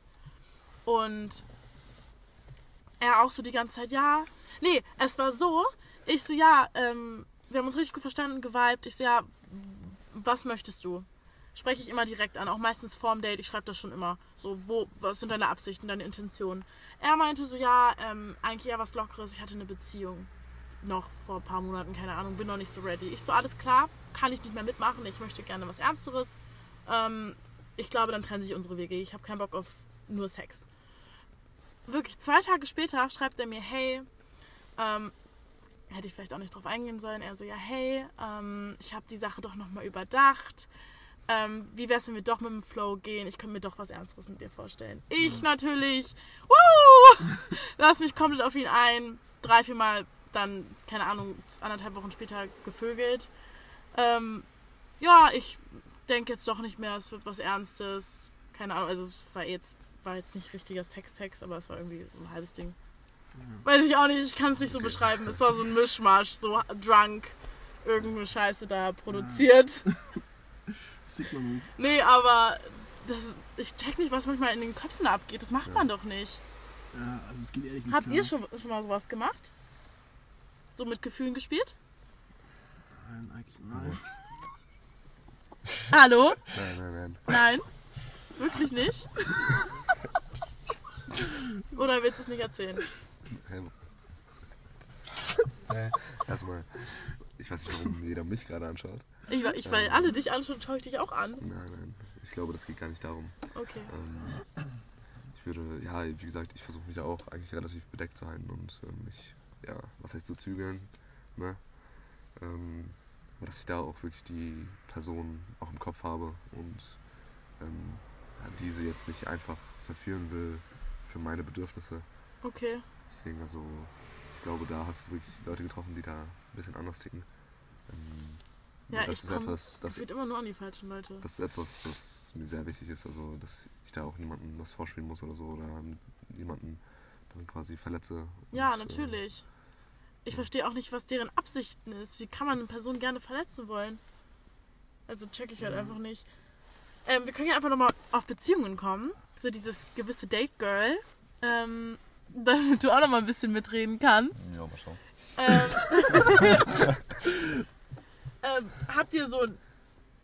Und er auch so die ganze Zeit, ja. Nee, es war so, ich so, ja, ähm, wir haben uns richtig gut verstanden, geweibt. Ich so, ja, was möchtest du? Spreche ich immer direkt an, auch meistens vorm Date, ich schreibe das schon immer. So, wo, was sind deine Absichten, deine Intentionen? Er meinte so, ja, ähm, eigentlich eher was Lockeres, ich hatte eine Beziehung. Noch vor ein paar Monaten, keine Ahnung, bin noch nicht so ready. Ich so, alles klar, kann ich nicht mehr mitmachen, ich möchte gerne was Ernsteres. Ähm, ich glaube, dann trennen sich unsere Wege, ich habe keinen Bock auf nur Sex. Wirklich, zwei Tage später schreibt er mir, hey, ähm, hätte ich vielleicht auch nicht drauf eingehen sollen. Er so, ja, hey, ähm, ich habe die Sache doch nochmal überdacht. Ähm, wie wär's, wenn wir doch mit dem Flow gehen? Ich könnte mir doch was Ernsteres mit dir vorstellen. Ich natürlich, woo, lass mich komplett auf ihn ein. Drei, vier Mal dann, keine Ahnung, anderthalb Wochen später gevögelt. Ähm, ja, ich denke jetzt doch nicht mehr, es wird was Ernstes. Keine Ahnung, also es war jetzt, war jetzt nicht richtiger Sex-Sex, aber es war irgendwie so ein halbes Ding. Weiß ich auch nicht, ich kann es nicht so Okay. beschreiben. Es war so ein Mischmasch, so drunk, irgendeine Scheiße da produziert. Sigma-Move. Nee, aber das, ich check nicht, was manchmal in den Köpfen abgeht. Das macht Ja. man doch nicht. Ja, also es geht ehrlich nicht Habt klar. ihr schon, schon mal sowas gemacht? So mit Gefühlen gespielt? Nein, eigentlich nein. Hallo? Nein, nein, nein. Nein? Wirklich nicht? Oder willst du es nicht erzählen? Hey. Erstmal, ich weiß nicht, warum jeder mich gerade anschaut. Ich, ich weil alle dich anschauen, schaue ich dich auch an. Nein, nein. Ich glaube, das geht gar nicht darum. Okay. Ähm, ich würde, ja, wie gesagt, ich versuche mich ja auch eigentlich relativ bedeckt zu halten und ähm, mich, ja, was heißt so zügeln, ne? Ähm, aber dass ich da auch wirklich die Person auch im Kopf habe und ähm, ja, diese jetzt nicht einfach verführen will für meine Bedürfnisse. Okay. Deswegen, also, ich glaube, da hast du wirklich Leute getroffen, die da ein bisschen anders ticken. Ähm, Ja, das ich ist komme etwas, das, gefühlt immer nur an die falschen Leute. das ist etwas, was mir sehr wichtig ist, also dass ich da auch niemandem was vorspielen muss oder so oder niemanden dann quasi verletze. Ja, Und, äh, natürlich. Ich verstehe auch nicht, was deren Absichten ist. Wie kann man eine Person gerne verletzen wollen? Also check ich halt einfach nicht. Ähm, wir können ja einfach nochmal auf Beziehungen kommen. So dieses gewisse Date-Girl. Ähm, damit du auch nochmal ein bisschen mitreden kannst. Ja, mal schauen. Ähm, ähm, habt ihr so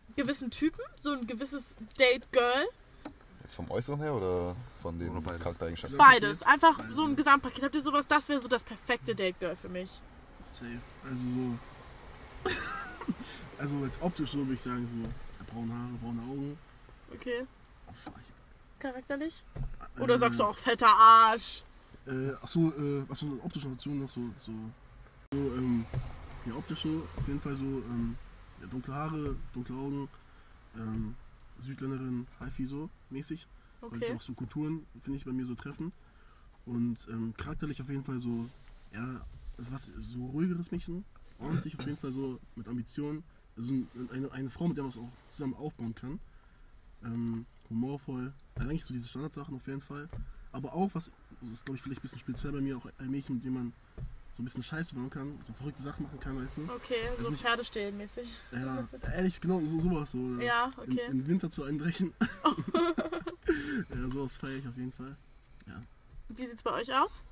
gewissen Typen, so ein gewisses Date-Girl. Jetzt vom Äußeren her oder von den Oder beides? Charaktereigenschaften? Beides. Einfach so ein Gesamtpaket. Habt ihr sowas? Das wäre so das perfekte Date-Girl für mich. Safe. Also so. Also jetzt optisch so würde ich sagen, so ja, braune Haare, braune Augen. Okay. Oh, fuck. Charakterlich? Äh, Oder sagst du auch fetter Arsch? Äh, achso, äh, achso, eine optische dazu noch so, so, so, ähm, ja, optisch so, auf jeden Fall so, ähm, ja, dunkle Haare, dunkle Augen, ähm, Südländerin, Haifi so, mäßig. Weil sich Okay. auch so Kulturen, finde ich, bei mir so treffen. Und, ähm, charakterlich auf jeden Fall so, ja, also was, so ruhigeres Mädchen, ordentlich auf jeden Fall so, mit Ambitionen. Also eine, eine Frau, mit der man es auch zusammen aufbauen kann. Ähm, humorvoll, also eigentlich so diese Standardsachen auf jeden Fall. Aber auch, was, das ist glaube ich vielleicht ein bisschen speziell bei mir, auch ein Mädchen, mit dem man so ein bisschen Scheiße bauen kann, so verrückte Sachen machen kann, weißt du? Okay, Also so nicht- Pferdestehlen mäßig. Ja, ehrlich, genau, so, sowas so. oder Ja, in, okay. in Winter zu einbrechen. Ja, sowas feiere ich auf jeden Fall. Wie sieht's bei euch aus?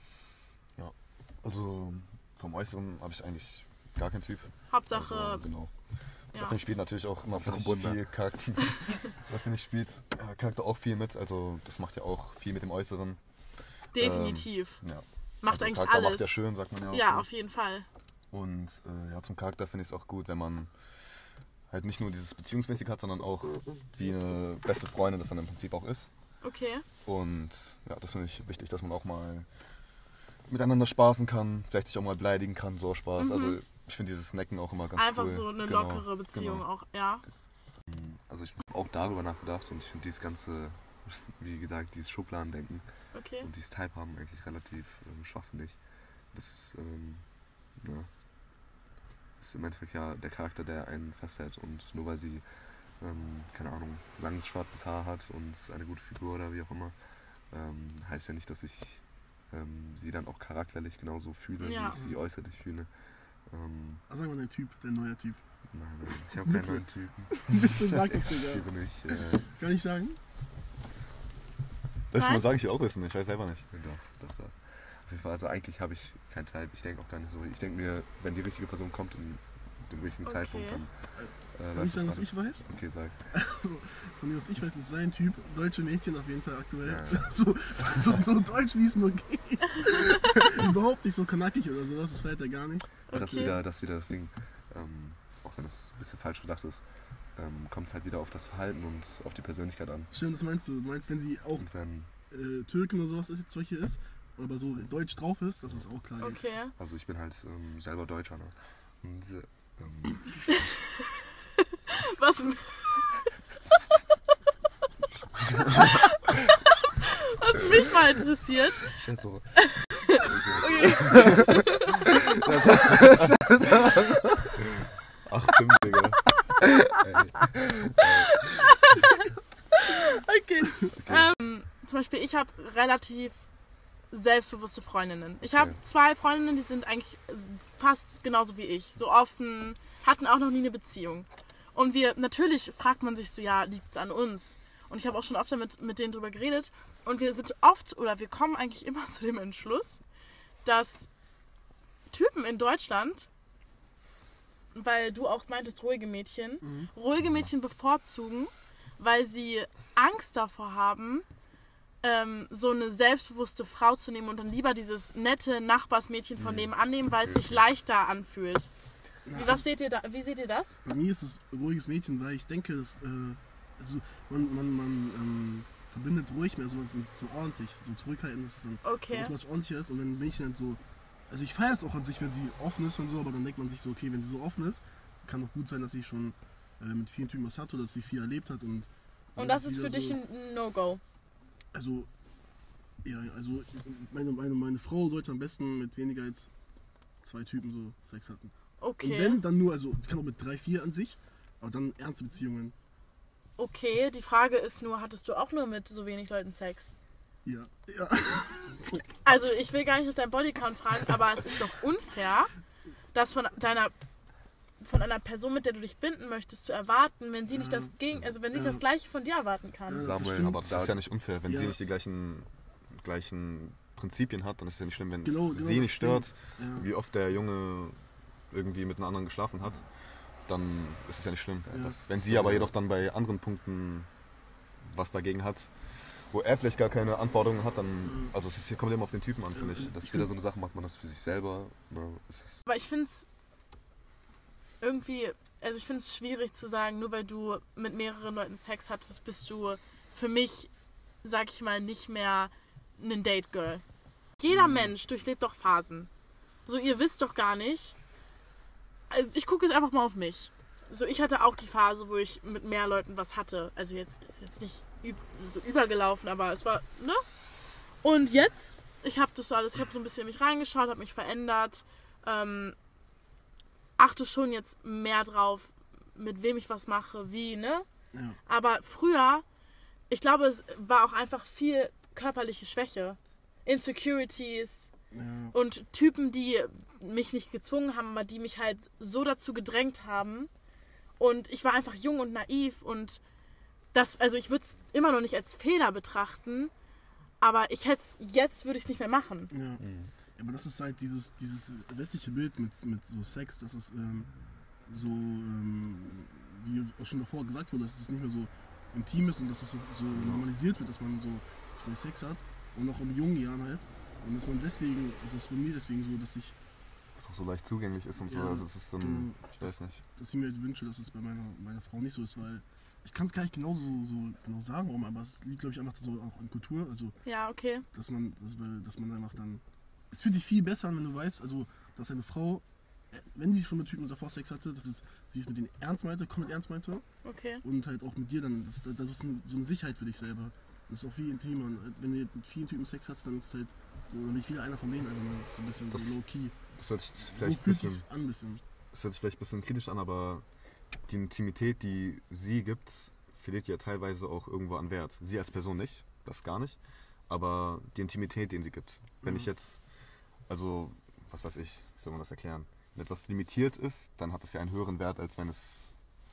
Also vom Äußeren habe ich eigentlich gar keinen Typ. Hauptsache, Also, genau. ja. Da finde ich spielt natürlich auch immer Hauptsache finde ich Wunder. viel Charakter. Da finde ich spielt äh, Charakter auch viel mit. Also das macht ja auch viel mit dem Äußeren. Definitiv. Ja. Macht also, eigentlich Charakter alles. macht ja schön, sagt man ja auch. Ja, so. auf jeden Fall. Und äh, ja, zum Charakter finde ich es auch gut, wenn man halt nicht nur dieses Beziehungsmäßige hat, sondern auch wie eine beste Freundin das dann im Prinzip auch ist. Okay. Und ja, das finde ich wichtig, dass man auch mal miteinander spaßen kann, vielleicht sich auch mal beleidigen kann, so Spaß. Mhm. Also ich finde dieses Necken auch immer ganz Einfach cool. so eine Genau, lockere Beziehung genau. auch, ja. Also ich habe auch darüber nachgedacht und ich finde dieses ganze, wie gesagt, dieses Schubladendenken Okay. und dieses Type haben eigentlich relativ ähm, schwachsinnig. Das ist, ähm, ja, ist im Endeffekt ja der Charakter, der einen festhält und nur weil sie, ähm, keine Ahnung, langes schwarzes Haar hat und eine gute Figur oder wie auch immer, ähm, heißt ja nicht, dass ich ähm, sie dann auch charakterlich genauso fühle, Ja. wie ich sie äußerlich fühle. Ähm, Also sagen wir dein Typ, dein neuer Typ. nein, nein, ich habe keinen Bitte. neuen Typen. Bitte sag Ich es mir, liebe nicht. Äh, Kann ich sagen? Das Nein? mal sage ich will auch wissen, ich weiß selber nicht. doch, doch, doch. Auf jeden Fall, also eigentlich habe ich keinen Type. Ich denke auch gar nicht so. Ich denke mir, wenn die richtige Person kommt in dem richtigen Okay. Zeitpunkt, dann äh, Kann läuft ich sagen, das was ich alles. weiß? Okay, sag. Von dem, was ich weiß, ist sein Typ, deutsche Mädchen auf jeden Fall aktuell. Ja. So, so, so Deutsch wie es nur geht. Überhaupt nicht so kanackig oder sowas, das fällt er gar nicht. Aber das ist Okay. wieder das, wieder das Ding. Ähm, auch wenn das ein bisschen falsch gedacht ist, ähm, kommt es halt wieder auf das Verhalten und auf die Persönlichkeit an. Stimmt, das meinst du. Du meinst, wenn sie auch Und wenn, äh, Türken oder sowas ist, jetzt solche ist, aber so deutsch drauf ist, das ist auch klar. geht. Okay. also ich bin halt ähm, selber Deutscher, ne? Und äh, ähm, Was, was mich mal interessiert. stellt so. Okay. Ach, Tim, Digga. Okay. Ähm, zum Beispiel, ich habe relativ selbstbewusste Freundinnen. Ich habe Okay. zwei Freundinnen, die sind eigentlich fast genauso wie ich. So offen, hatten auch noch nie eine Beziehung. Und wir, natürlich fragt man sich so, ja, liegt es an uns? Und ich habe auch schon oft damit, mit denen drüber geredet. Und wir sind oft, oder wir kommen eigentlich immer zu dem Entschluss, dass Typen in Deutschland, weil du auch meintest, ruhige Mädchen, Mhm. ruhige Mädchen bevorzugen, weil sie Angst davor haben, ähm, so eine selbstbewusste Frau zu nehmen und dann lieber dieses nette Nachbarsmädchen von nebenan nehmen, weil es sich leichter anfühlt. Na, Wie, was seht ihr da, wie seht ihr das? Bei mir ist es ein ruhiges Mädchen, weil ich denke, dass, äh, also man, man, man ähm, verbindet ruhig mehr so mit so ordentlich, so zurückhaltend, dass es dann Okay. so automatisch ordentlicher ist und wenn ein Mädchen dann so, also ich feiere es auch an sich, wenn sie offen ist und so, aber dann denkt man sich so, okay, wenn sie so offen ist, kann auch gut sein, dass sie schon äh, mit vielen Typen was hat oder dass sie viel erlebt hat und Und dann das ist wieder für dich so, ein No-Go. also ja, also meine, meine, meine Frau sollte am besten mit weniger als zwei Typen so Sex hatten. Und Okay. wenn, dann nur, also ich kann auch mit drei, vier an sich, aber dann ernste Beziehungen. Okay, die Frage ist nur, hattest du auch nur mit so wenig Leuten Sex? Ja, ja. Also ich will gar nicht nach deinem Bodycount fragen, aber es ist doch unfair, das von deiner von einer Person, mit der du dich binden möchtest, zu erwarten, wenn sie nicht das gegen, also wenn sie nicht Ja. das Gleiche von dir erwarten kann. Ja. Samuel, stimmt. Aber das da- ist ja nicht unfair. Wenn Ja. sie nicht die gleichen, gleichen Prinzipien hat, dann ist es ja nicht schlimm, wenn Genau, es genau sie das nicht stört, Ja. wie oft der Junge irgendwie mit einer anderen geschlafen hat. dann ist es ja nicht schlimm. Ja. Das, wenn sie aber jedoch dann bei anderen Punkten was dagegen hat, wo er vielleicht gar keine Anforderungen hat, dann, also es ist, hier kommt immer auf den Typen an, finde ich. Das ist wieder so eine Sache, macht man das für sich selber. Ne? Es ist Aber ich finde es irgendwie, also ich finde es schwierig zu sagen, nur weil du mit mehreren Leuten Sex hattest, bist du für mich, sag ich mal, nicht mehr ein Date-Girl. Jeder Mensch durchlebt doch Phasen. So, ihr wisst doch gar nicht. Also ich gucke jetzt einfach mal auf mich. So, ich hatte auch die Phase, wo ich mit mehr Leuten was hatte. Also jetzt ist jetzt nicht üb- so übergelaufen, aber es war, ne? Und jetzt, ich habe das so alles, ich habe so ein bisschen in mich reingeschaut, habe mich verändert. Ähm, achte schon jetzt mehr drauf, mit wem ich was mache, wie, ne? Ja. Aber früher, ich glaube, es war auch einfach viel körperliche Schwäche. Insecurities Ja. und Typen, die mich nicht gezwungen haben, aber die mich halt so dazu gedrängt haben. Und ich war einfach jung und naiv und das, also ich würde es immer noch nicht als Fehler betrachten, aber ich hätte jetzt würde ich es nicht mehr machen. Ja. Ja, aber das ist halt dieses, dieses westliche Bild mit, mit so Sex, dass es ähm, so, ähm, wie auch schon davor gesagt wurde, dass es nicht mehr so intim ist und dass es so, so normalisiert wird, dass man so schnell Sex hat und auch in jungen Jahren halt. Und dass man deswegen, also das ist bei mir deswegen so, dass ich, Das auch so leicht zugänglich ist und so. Ja, Also es ist dann, genau. ich weiß nicht. dass ich mir halt wünsche, dass es bei meiner, meiner Frau nicht so ist, weil ich kann es gar nicht genau so, so genau sagen, warum, aber es liegt, glaube ich, einfach so auch an Kultur, also Ja, okay. dass man, dass, dass man einfach dann, es fühlt sich viel besser an, wenn du weißt, also dass eine Frau, äh, wenn sie schon mit Typen davor Sex hatte, dass es, sie es mit denen ernst meinte, komplett ernst meinte Okay. und halt auch mit dir dann, das, das ist eine, so eine Sicherheit für dich selber. Das ist auch viel intimer. Und wenn ihr mit vielen Typen Sex habt, dann ist es halt so, dann bin ich wieder einer von denen, einfach nur so ein bisschen Das- so low-key. Das hört sich So vielleicht ein fühlt sich bisschen, an ein bisschen. das hört sich vielleicht ein bisschen kritisch an, aber die Intimität, die sie gibt, verliert ja teilweise auch irgendwo an Wert. Sie als Person nicht, das gar nicht, aber die Intimität, die sie gibt. Wenn Mhm. ich jetzt, also, was weiß ich, wie soll man das erklären? Wenn etwas limitiert ist, dann hat es ja einen höheren Wert, als wenn es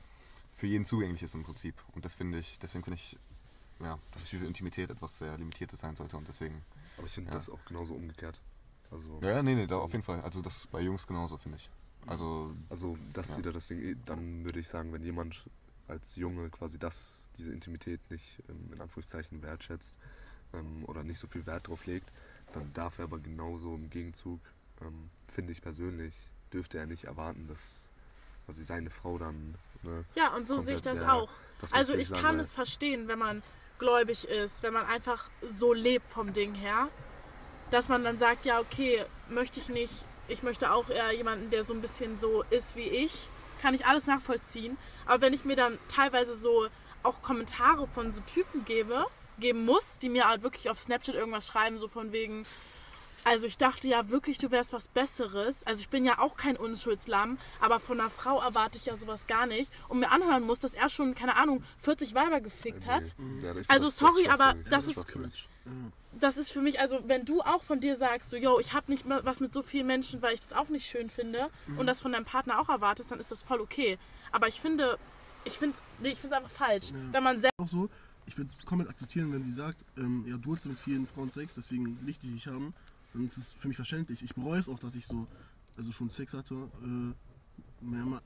für jeden zugänglich ist im Prinzip. Und das finde ich, deswegen finde ich, ja, dass diese Intimität etwas sehr Limitiertes sein sollte und deswegen. Aber ich finde Ja. das auch genauso umgekehrt. Also, Ja, nee, nee, da auf jeden Fall. Also das bei Jungs genauso, finde ich. Also, also das ist Ja. wieder das Ding. Dann würde ich sagen, wenn jemand als Junge quasi das, diese Intimität nicht ähm, in Anführungszeichen wertschätzt ähm, oder nicht so viel Wert drauf legt, dann darf er aber genauso im Gegenzug, ähm, finde ich persönlich, dürfte er nicht erwarten, dass quasi seine Frau dann, ne, Ja, und so sehe ich komplett, das ja, auch. das muss Also ich ich sagen, kann weil- es verstehen, wenn man gläubig ist, wenn man einfach so lebt vom Ding her, dass man dann sagt, ja okay, möchte ich nicht, ich möchte auch eher jemanden, der so ein bisschen so ist wie ich, kann ich alles nachvollziehen. Aber wenn ich mir dann teilweise so auch Kommentare von so Typen gebe, geben muss, die mir halt wirklich auf Snapchat irgendwas schreiben, so von wegen, also ich dachte ja wirklich, du wärst was Besseres. Also ich bin ja auch kein Unschuldslamm, aber von einer Frau erwarte ich ja sowas gar nicht. Und mir anhören muss, dass er schon, keine Ahnung, vierzig Weiber gefickt hat. Nee, ja, ich- Also das- sorry, ist aber schwachsinnig. das ist- schwachsinnig. Ja. Das ist für mich, also wenn du auch von dir sagst, so, yo, ich habe nicht mehr was mit so vielen Menschen, weil ich das auch nicht schön finde und das von deinem Partner auch erwartest, dann ist das voll okay. Aber ich finde, ich finde es nee, ich find's einfach falsch. Ja. Wenn man selbst Auch so, ich würde es komplett akzeptieren, wenn sie sagt, ähm, ja, du hast mit vielen Frauen Sex, deswegen will ich dich nicht haben, dann ist es für mich verständlich. Ich bereue es auch, dass ich so, also schon Sex hatte, äh, mehrmals,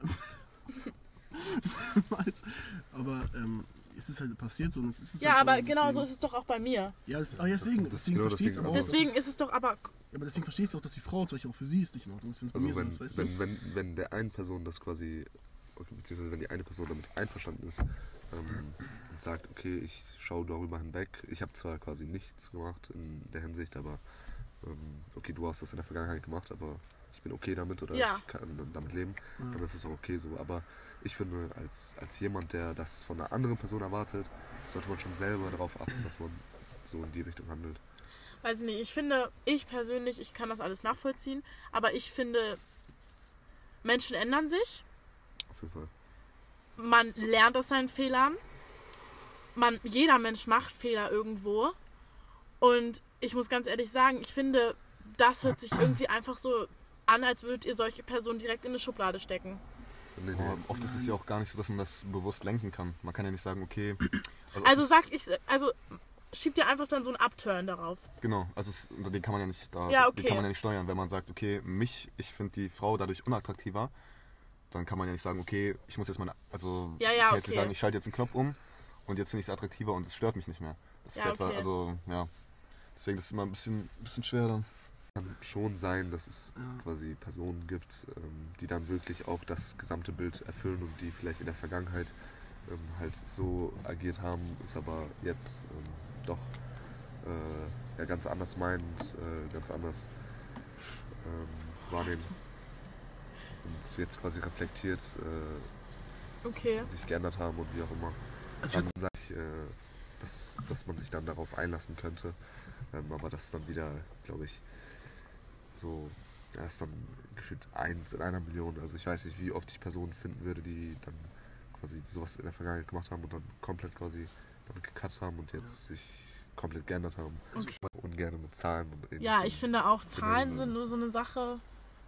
mehrmals, aber ähm, es ist halt passiert so und jetzt ist es Ja, halt aber so, genau so deswegen- ist es doch auch bei mir. Ja, das, aber deswegen, Das- das- deswegen genau verstehst du deswegen, aber also- auch, Deswegen dass- ist es doch aber, ja, aber deswegen verstehst du auch, dass die Frau zum Beispiel auch für sie ist nicht in Ordnung ist, wenn es bei Also mir wenn, so ist, weißt wenn, du? wenn, wenn der einen Person das quasi, okay, beziehungsweise wenn die eine Person damit einverstanden ist ähm, und sagt, okay, ich schaue darüber hinweg, ich habe zwar quasi nichts gemacht in der Hinsicht, aber ähm, okay, du hast das in der Vergangenheit gemacht, aber ich bin okay damit oder Ja. ich kann damit leben, Ja. dann ist es auch okay so. Aber ich finde, als, als jemand, der das von einer anderen Person erwartet, sollte man schon selber darauf achten, dass man so in die Richtung handelt. weiß ich nicht, ich finde, ich persönlich, ich kann das alles nachvollziehen, aber ich finde, Menschen ändern sich. Auf jeden Fall. Man lernt aus seinen Fehlern. Man, jeder Mensch macht Fehler irgendwo. Und ich muss ganz ehrlich sagen, ich finde, das hört sich irgendwie einfach so an, als würdet ihr solche Personen direkt in eine Schublade stecken. Nee, nee. boah, oft ist es ja auch gar nicht so, dass man das bewusst lenken kann. Man kann ja nicht sagen, okay. Also es- sag ich, also schiebt ihr einfach dann so einen Upturn darauf. Genau, also es, den kann man ja nicht da, Ja, okay. den kann man ja nicht steuern, wenn man sagt, okay, mich, ich finde die Frau dadurch unattraktiver, dann kann man ja nicht sagen, okay, ich muss jetzt meine, also Ja, ja, ich kann jetzt okay. nicht sagen, ich schalte jetzt einen Knopf um und jetzt finde ich es attraktiver und es stört mich nicht mehr. Das Ja, ist etwa, okay. also ja, deswegen ist es immer ein bisschen, bisschen schwer dann. Kann schon sein, dass es Ja. quasi Personen gibt, ähm, die dann wirklich auch das gesamte Bild erfüllen und die vielleicht in der Vergangenheit ähm, halt so agiert haben, ist aber jetzt ähm, doch äh, ja, ganz anders meinend, äh, ganz anders ähm, wahrnehmen und jetzt quasi reflektiert äh, Okay. sich geändert haben und wie auch immer. Also Dann jetzt, sag ich, äh, dass, dass man sich dann darauf einlassen könnte, ähm, aber das ist dann wieder, glaube ich, so, ja, ist dann gefühlt eins in einer Million. Also ich weiß nicht, wie oft ich Personen finden würde, die dann quasi sowas in der Vergangenheit gemacht haben und dann komplett quasi damit gecut haben und jetzt sich komplett geändert haben. Okay. Ungern mit Zahlen und ähnlichem. Ja, ich finde auch, Zahlen Genau. sind nur so eine Sache.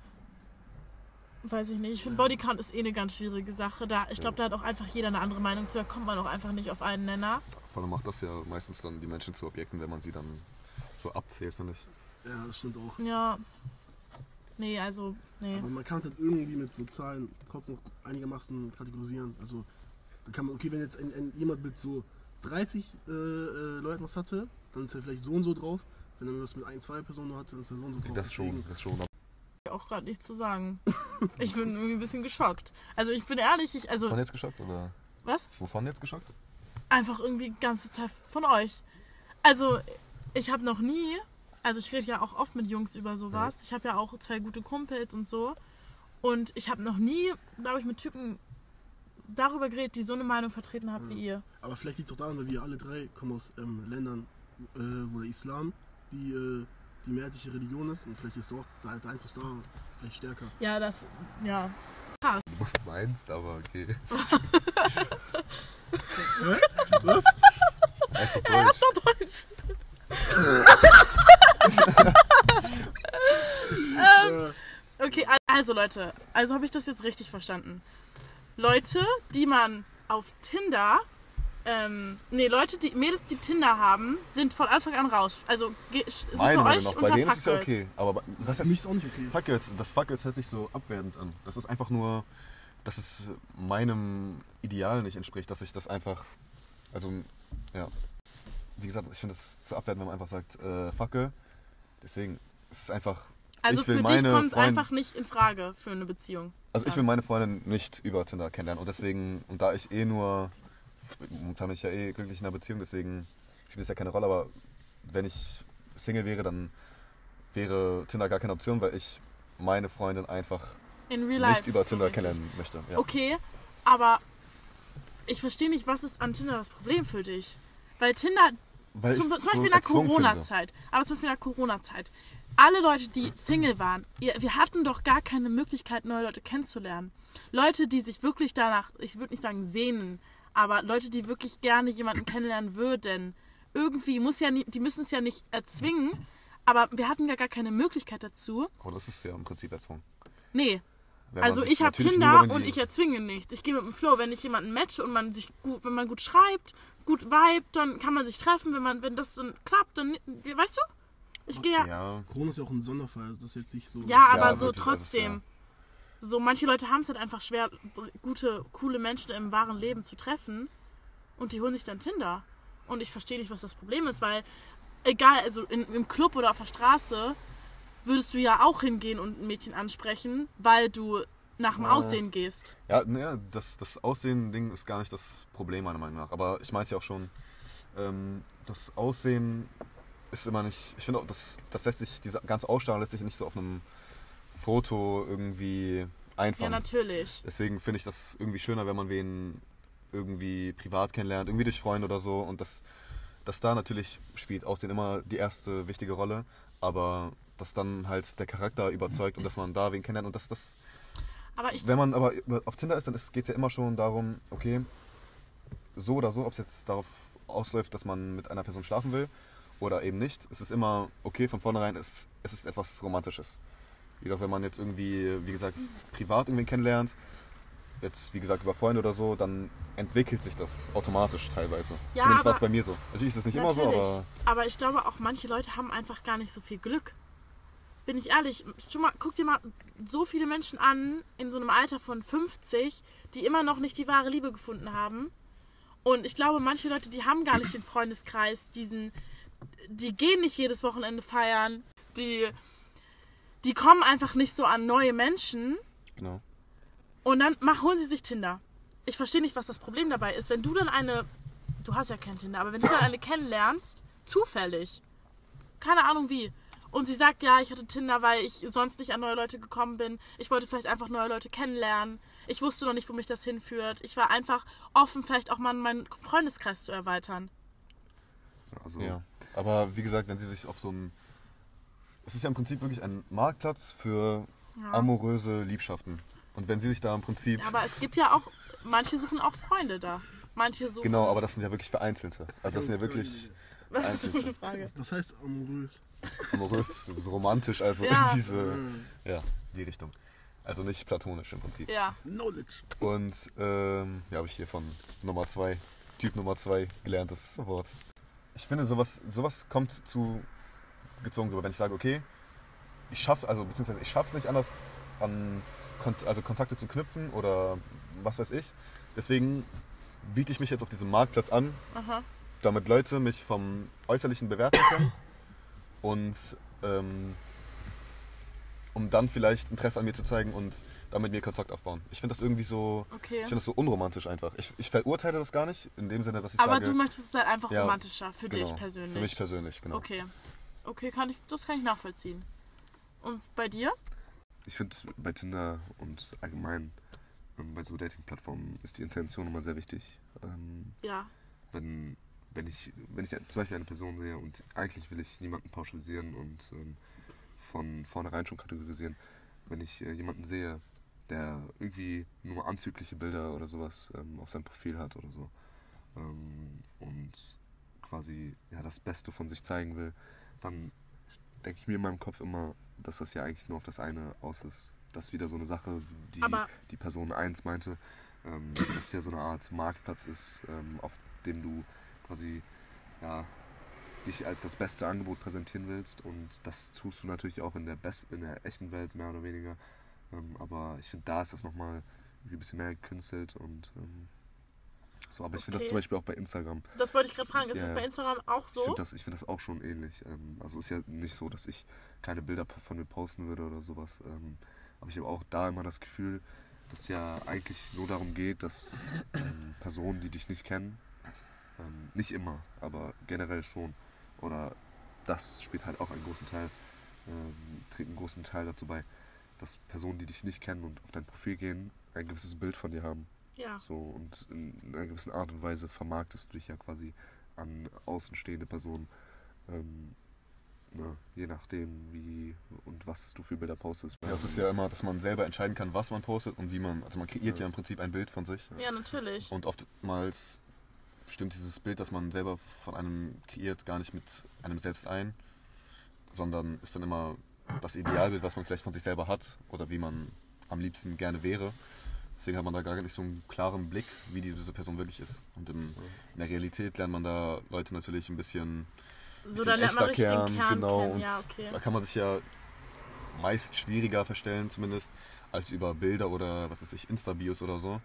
Weiß ich nicht. Ich finde, Bodycount ist eh eine ganz schwierige Sache. Da, ich glaube, da hat auch einfach jeder eine andere Meinung zu. Da kommt man auch einfach nicht auf einen Nenner. Vor allem macht das ja meistens dann die Menschen zu Objekten, wenn man sie dann so abzählt, finde ich. ja, das stimmt auch. Ja. Nee, also, nee. Aber man kann es halt irgendwie mit so Zahlen trotzdem noch einigermaßen kategorisieren. Also, da kann man, okay, wenn jetzt ein, ein, jemand mit so dreißig äh, äh, Leuten was hatte, dann ist er vielleicht so und so drauf. Wenn er das mit ein, zwei Personen nur hat, dann ist er so und so drauf. Das schon, Deswegen- das schon. Auch gerade nichts zu sagen. Ich bin irgendwie ein bisschen geschockt. Also, ich bin ehrlich, ich, also, Wovon jetzt geschockt oder? was? Wovon jetzt geschockt? Einfach irgendwie die ganze Zeit von euch. Also, ich habe noch nie, also ich rede ja auch oft mit Jungs über sowas. Ich habe ja auch zwei gute Kumpels und so. Und ich habe noch nie, glaube ich, mit Typen darüber geredet, die so eine Meinung vertreten haben wie ihr. Aber vielleicht liegt es auch daran, weil wir alle drei kommen aus ähm, Ländern, äh, wo der Islam die, äh, die mehrheitliche Religion ist. Und vielleicht ist auch der, der Einfluss da vielleicht stärker. Ja, das, ja. Du meinst, aber okay. Was? Er ist doch Er Deutsch. ist doch Deutsch. ähm, okay, also Leute, also habe ich das jetzt richtig verstanden. Leute, die man auf Tinder, ähm, nee, Leute, die Mädels, die Tinder haben, sind von Anfang an raus. Also ge- sind Meine für Meinung euch noch, unter bei denen ist es ja Fuckgirls. okay. Aber was Für mich ist es auch nicht okay. Fuckgirls, das Fuckgirls hört sich so abwertend an. Das ist einfach nur, dass es meinem Ideal nicht entspricht, dass ich das einfach, also, ja. Wie gesagt, ich finde es zu abwertend, wenn man einfach sagt, äh, Fuckgirl. Deswegen ist es einfach, Also ich will für dich meine kommt es Freundin- einfach nicht in Frage für eine Beziehung. also ich Ja. will meine Freundin nicht über Tinder kennenlernen und deswegen, und da ich eh nur, momentan bin ich ja eh glücklich in einer Beziehung, deswegen spielt es ja keine Rolle, aber wenn ich Single wäre, dann wäre Tinder gar keine Option, weil ich meine Freundin einfach In real life. nicht über so Tinder mäßig. kennenlernen möchte. Ja. Okay, aber ich verstehe nicht, was ist an Tinder das Problem für dich? Weil Tinder, Weil zum, ich zum es Beispiel so in der erzwungen finde. Corona-Zeit, aber zum Beispiel in der Corona-Zeit, alle Leute, die Single waren, ihr, wir hatten doch gar keine Möglichkeit, neue Leute kennenzulernen. Leute, die sich wirklich danach, ich würde nicht sagen sehnen, aber Leute, die wirklich gerne jemanden kennenlernen würden. Irgendwie muss ja nie, die müssen es ja nicht erzwingen, aber wir hatten ja gar keine Möglichkeit dazu. Oh, das ist ja im Prinzip erzwungen. Nee, Wenn man also sich ich habe natürlich Tinder nur, wenn und die- ich erzwinge nichts. Ich gehe mit dem Flow, wenn ich jemanden matche und man sich gut, wenn man gut schreibt, gut vibet, dann kann man sich treffen. Wenn man, wenn das dann klappt, dann, weißt du? Ich gehe ja, ja, Ja, Corona ist ja auch ein Sonderfall. Das ist jetzt nicht so. aber Ja, so wirklich alles, trotzdem. So manche Leute haben es halt einfach schwer, gute, coole Menschen im wahren Leben zu treffen und die holen sich dann Tinder. Und ich verstehe nicht, was das Problem ist, weil egal, also in, im Club oder auf der Straße würdest du ja auch hingehen und ein Mädchen ansprechen, weil du nach dem Ja. Aussehen gehst. ja, naja, das, das Aussehen-Ding ist gar nicht das Problem, meiner Meinung nach. Aber ich meinte ja auch schon, ähm, das Aussehen ist immer nicht. Ich finde auch, das, das lässt sich, diese ganze Ausstrahlung lässt sich nicht so auf einem Foto irgendwie Ja, einfangen. natürlich. Deswegen finde ich das irgendwie schöner, wenn man wen irgendwie privat kennenlernt, irgendwie durch Freunde oder so. Und das, das da natürlich spielt Aussehen immer die erste wichtige Rolle, aber dass dann halt der Charakter überzeugt und dass man da wen kennenlernt und dass das. Aber ich, Wenn man aber auf Tinder ist, dann geht es ja immer schon darum, okay, so oder so, ob es jetzt darauf ausläuft, dass man mit einer Person schlafen will oder eben nicht. Es ist immer, okay, von vornherein ist es ist etwas Romantisches. Jedoch wenn man jetzt irgendwie, wie gesagt, privat irgendwen kennenlernt, jetzt wie gesagt über Freunde oder so, dann entwickelt sich das automatisch teilweise. Ja, Zumindest war es aber- bei mir so. Natürlich ist es nicht natürlich. immer so, aber aber ich glaube auch, manche Leute haben einfach gar nicht so viel Glück. bin ich ehrlich, schon mal, guck dir mal so viele Menschen an, in so einem Alter von fünfzig, die immer noch nicht die wahre Liebe gefunden haben. Und ich glaube, manche Leute, die haben gar nicht den Freundeskreis, diesen, die gehen nicht jedes Wochenende feiern, die, die kommen einfach nicht so an neue Menschen. Genau. Und dann mach, holen sie sich Tinder. Ich verstehe nicht, was das Problem dabei ist. Wenn du dann eine, du hast ja kein Tinder, aber wenn du dann eine kennenlernst, zufällig, keine Ahnung wie, und sie sagt, ja, ich hatte Tinder, weil ich sonst nicht an neue Leute gekommen bin. Ich wollte vielleicht einfach neue Leute kennenlernen. Ich wusste noch nicht, wo mich das hinführt. Ich war einfach offen, vielleicht auch mal meinen Freundeskreis zu erweitern. Also, Ja. Aber wie gesagt, wenn sie sich auf so einem... Es ist ja im Prinzip wirklich ein Marktplatz für Ja. amoröse Liebschaften. Und wenn sie sich da im Prinzip... Ja, aber es gibt ja auch, manche suchen auch Freunde da. Manche suchen... Genau, aber das sind ja wirklich Vereinzelte. Also das sind ja wirklich Was ist das für eine Einzelne. Frage? Was heißt amorös? amorös, so romantisch, also Ja. in diese... Ja, die Richtung. Also nicht platonisch im Prinzip. Ja. Knowledge. Und ähm, ja, habe ich hier von Nummer zwei, Typ Nummer zwei gelernt, das Wort. Ich finde, sowas, sowas kommt zu gezogen drüber, wenn ich sage, okay, ich schaffe, also beziehungsweise ich schaffe es nicht anders, an Kont also Kontakte zu knüpfen oder was weiß ich. Deswegen biete ich mich jetzt auf diesem Marktplatz an, Aha. damit Leute mich vom Äußerlichen bewerten können und ähm, um dann vielleicht Interesse an mir zu zeigen und dann mit mir Kontakt aufbauen. Ich finde das irgendwie so, Okay. ich finde das so unromantisch einfach. Ich, ich verurteile das gar nicht, in dem Sinne, dass ich Aber sage... du möchtest es halt einfach Ja, romantischer für genau, dich persönlich. Für mich persönlich, genau. Okay. Okay, kann ich, das kann ich nachvollziehen. Und bei dir? ich finde, bei Tinder und allgemein ähm, bei so Dating-Plattformen ist die Intention immer sehr wichtig. Ähm, Ja. wenn, wenn, ich, wenn ich zum Beispiel eine Person sehe und eigentlich will ich niemanden pauschalisieren und ähm, von vornherein schon kategorisieren, wenn ich äh, jemanden sehe, der irgendwie nur anzügliche Bilder oder sowas ähm, auf seinem Profil hat oder so ähm, und quasi ja, das Beste von sich zeigen will, dann denke ich mir in meinem Kopf immer, dass das ja eigentlich nur auf das eine aus ist. Das ist wieder so eine Sache, die Aber- die Person eins meinte, ähm, dass es ja so eine Art Marktplatz ist, ähm, auf dem du quasi ja, dich als das beste Angebot präsentieren willst, und das tust du natürlich auch in der Best in der echten Welt mehr oder weniger. Ähm, aber ich finde, da ist das nochmal ein bisschen mehr gekünstelt und ähm, so. Aber ich finde das Okay. zum Beispiel auch bei Instagram. Das wollte ich gerade fragen. Ist Ja, das ja. bei Instagram auch Ich so? finde das, ich find das auch schon ähnlich. Ähm, also ist ja nicht so, dass ich keine Bilder von mir posten würde oder sowas. Ähm, aber ich habe auch da immer das Gefühl, dass es ja eigentlich nur darum geht, dass ähm, Personen, die dich nicht kennen, ähm, nicht immer, aber generell schon, oder das spielt halt auch einen großen Teil, ähm, trägt einen großen Teil dazu bei, dass Personen, die dich nicht kennen und auf dein Profil gehen, ein gewisses Bild von dir haben. Ja. So, und in einer gewissen Art und Weise vermarktest du dich ja quasi an außenstehende Personen. Ähm, ne, je nachdem, wie und was du für Bilder postest. Das ist ja immer, dass man selber entscheiden kann, was man postet und wie man, also man kreiert ja, Ja. im Prinzip ein Bild von sich. Ja, natürlich. Und oftmals stimmt dieses Bild, das man selber von einem kreiert, gar nicht mit einem selbst ein, sondern ist dann immer das Idealbild, was man vielleicht von sich selber hat oder wie man am liebsten gerne wäre. Deswegen hat man da gar nicht so einen klaren Blick, wie diese Person wirklich ist. Und im, in der Realität lernt man da Leute natürlich ein bisschen, So, bisschen da lernt man richtig echter den Kern genau. kennen. Und Ja, okay. da kann man sich ja meist schwieriger verstellen, zumindest, als über Bilder oder, was weiß ich, Insta-Bios oder so,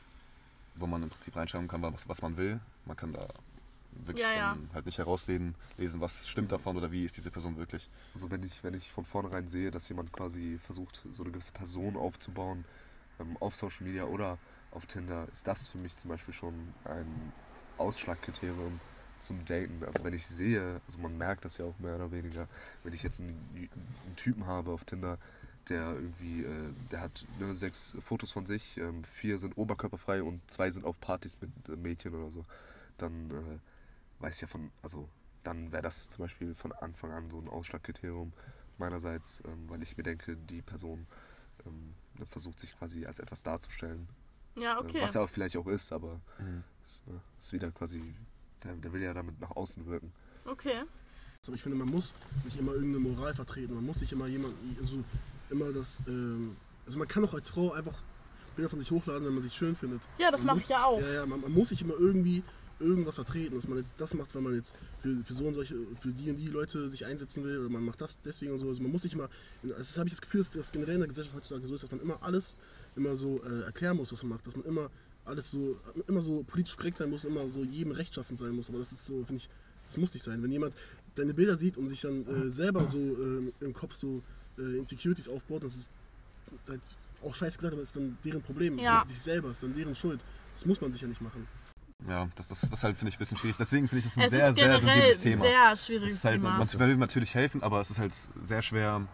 wo man im Prinzip reinschreiben kann, was, was man will. Man kann da wirklich Ja, ja. dann halt nicht herauslesen, lesen, was stimmt davon oder wie ist diese Person wirklich. Also wenn ich, wenn ich von vornherein sehe, dass jemand quasi versucht, so eine gewisse Person aufzubauen, ähm, auf Social Media oder auf Tinder, ist das für mich zum Beispiel schon ein Ausschlagkriterium zum Daten. Also wenn ich sehe, also man merkt das ja auch mehr oder weniger, wenn ich jetzt einen, einen Typen habe auf Tinder, der irgendwie, äh, der hat ne, sechs Fotos von sich, ähm, vier sind oberkörperfrei und zwei sind auf Partys mit äh, Mädchen oder so, dann äh, weiß ich ja von, also dann wäre das zum Beispiel von Anfang an so ein Ausschlagkriterium meinerseits, ähm, weil ich mir denke, die Person ähm, versucht sich quasi als etwas darzustellen, Ja, okay. äh, was er auch vielleicht auch ist, aber Mhm. ist, ne, ist wieder quasi, der, der will ja damit nach außen wirken. Okay. Aber ich finde, man muss nicht immer irgendeine Moral vertreten. Man muss nicht immer jemanden, also immer das, ähm, also man kann auch als Frau einfach Bilder von sich hochladen, wenn man sich schön findet. Ja, das Man mache muss- ich ja auch. Ja, ja, man, man muss sich immer irgendwie irgendwas vertreten, dass man jetzt das macht, weil man jetzt für, für so und solche, für die und die Leute sich einsetzen will oder man macht das deswegen und so. Also man muss sich immer, das habe ich das Gefühl, dass das generell in der Gesellschaft heutzutage so ist, dass man immer alles immer so äh, erklären muss, was man macht, dass man immer alles so, immer so politisch korrekt sein muss, immer so jedem rechtschaffend sein muss, aber das ist so, finde ich, das muss nicht sein. Wenn jemand deine Bilder sieht und sich dann äh, selber so äh, im Kopf so äh, Insecurities aufbaut, das ist halt auch scheiße gesagt, aber das ist dann deren Problem, Ja. das ist sich selber, das ist dann deren Schuld. Das muss man sich ja nicht machen. Ja, das, das, das halt finde ich ein bisschen schwierig. Deswegen finde ich das ein Es sehr, ist sehr generell sensibles ein Thema. sehr Es schwieriges ist halt, Thema. man will natürlich helfen, aber es ist halt sehr schwer,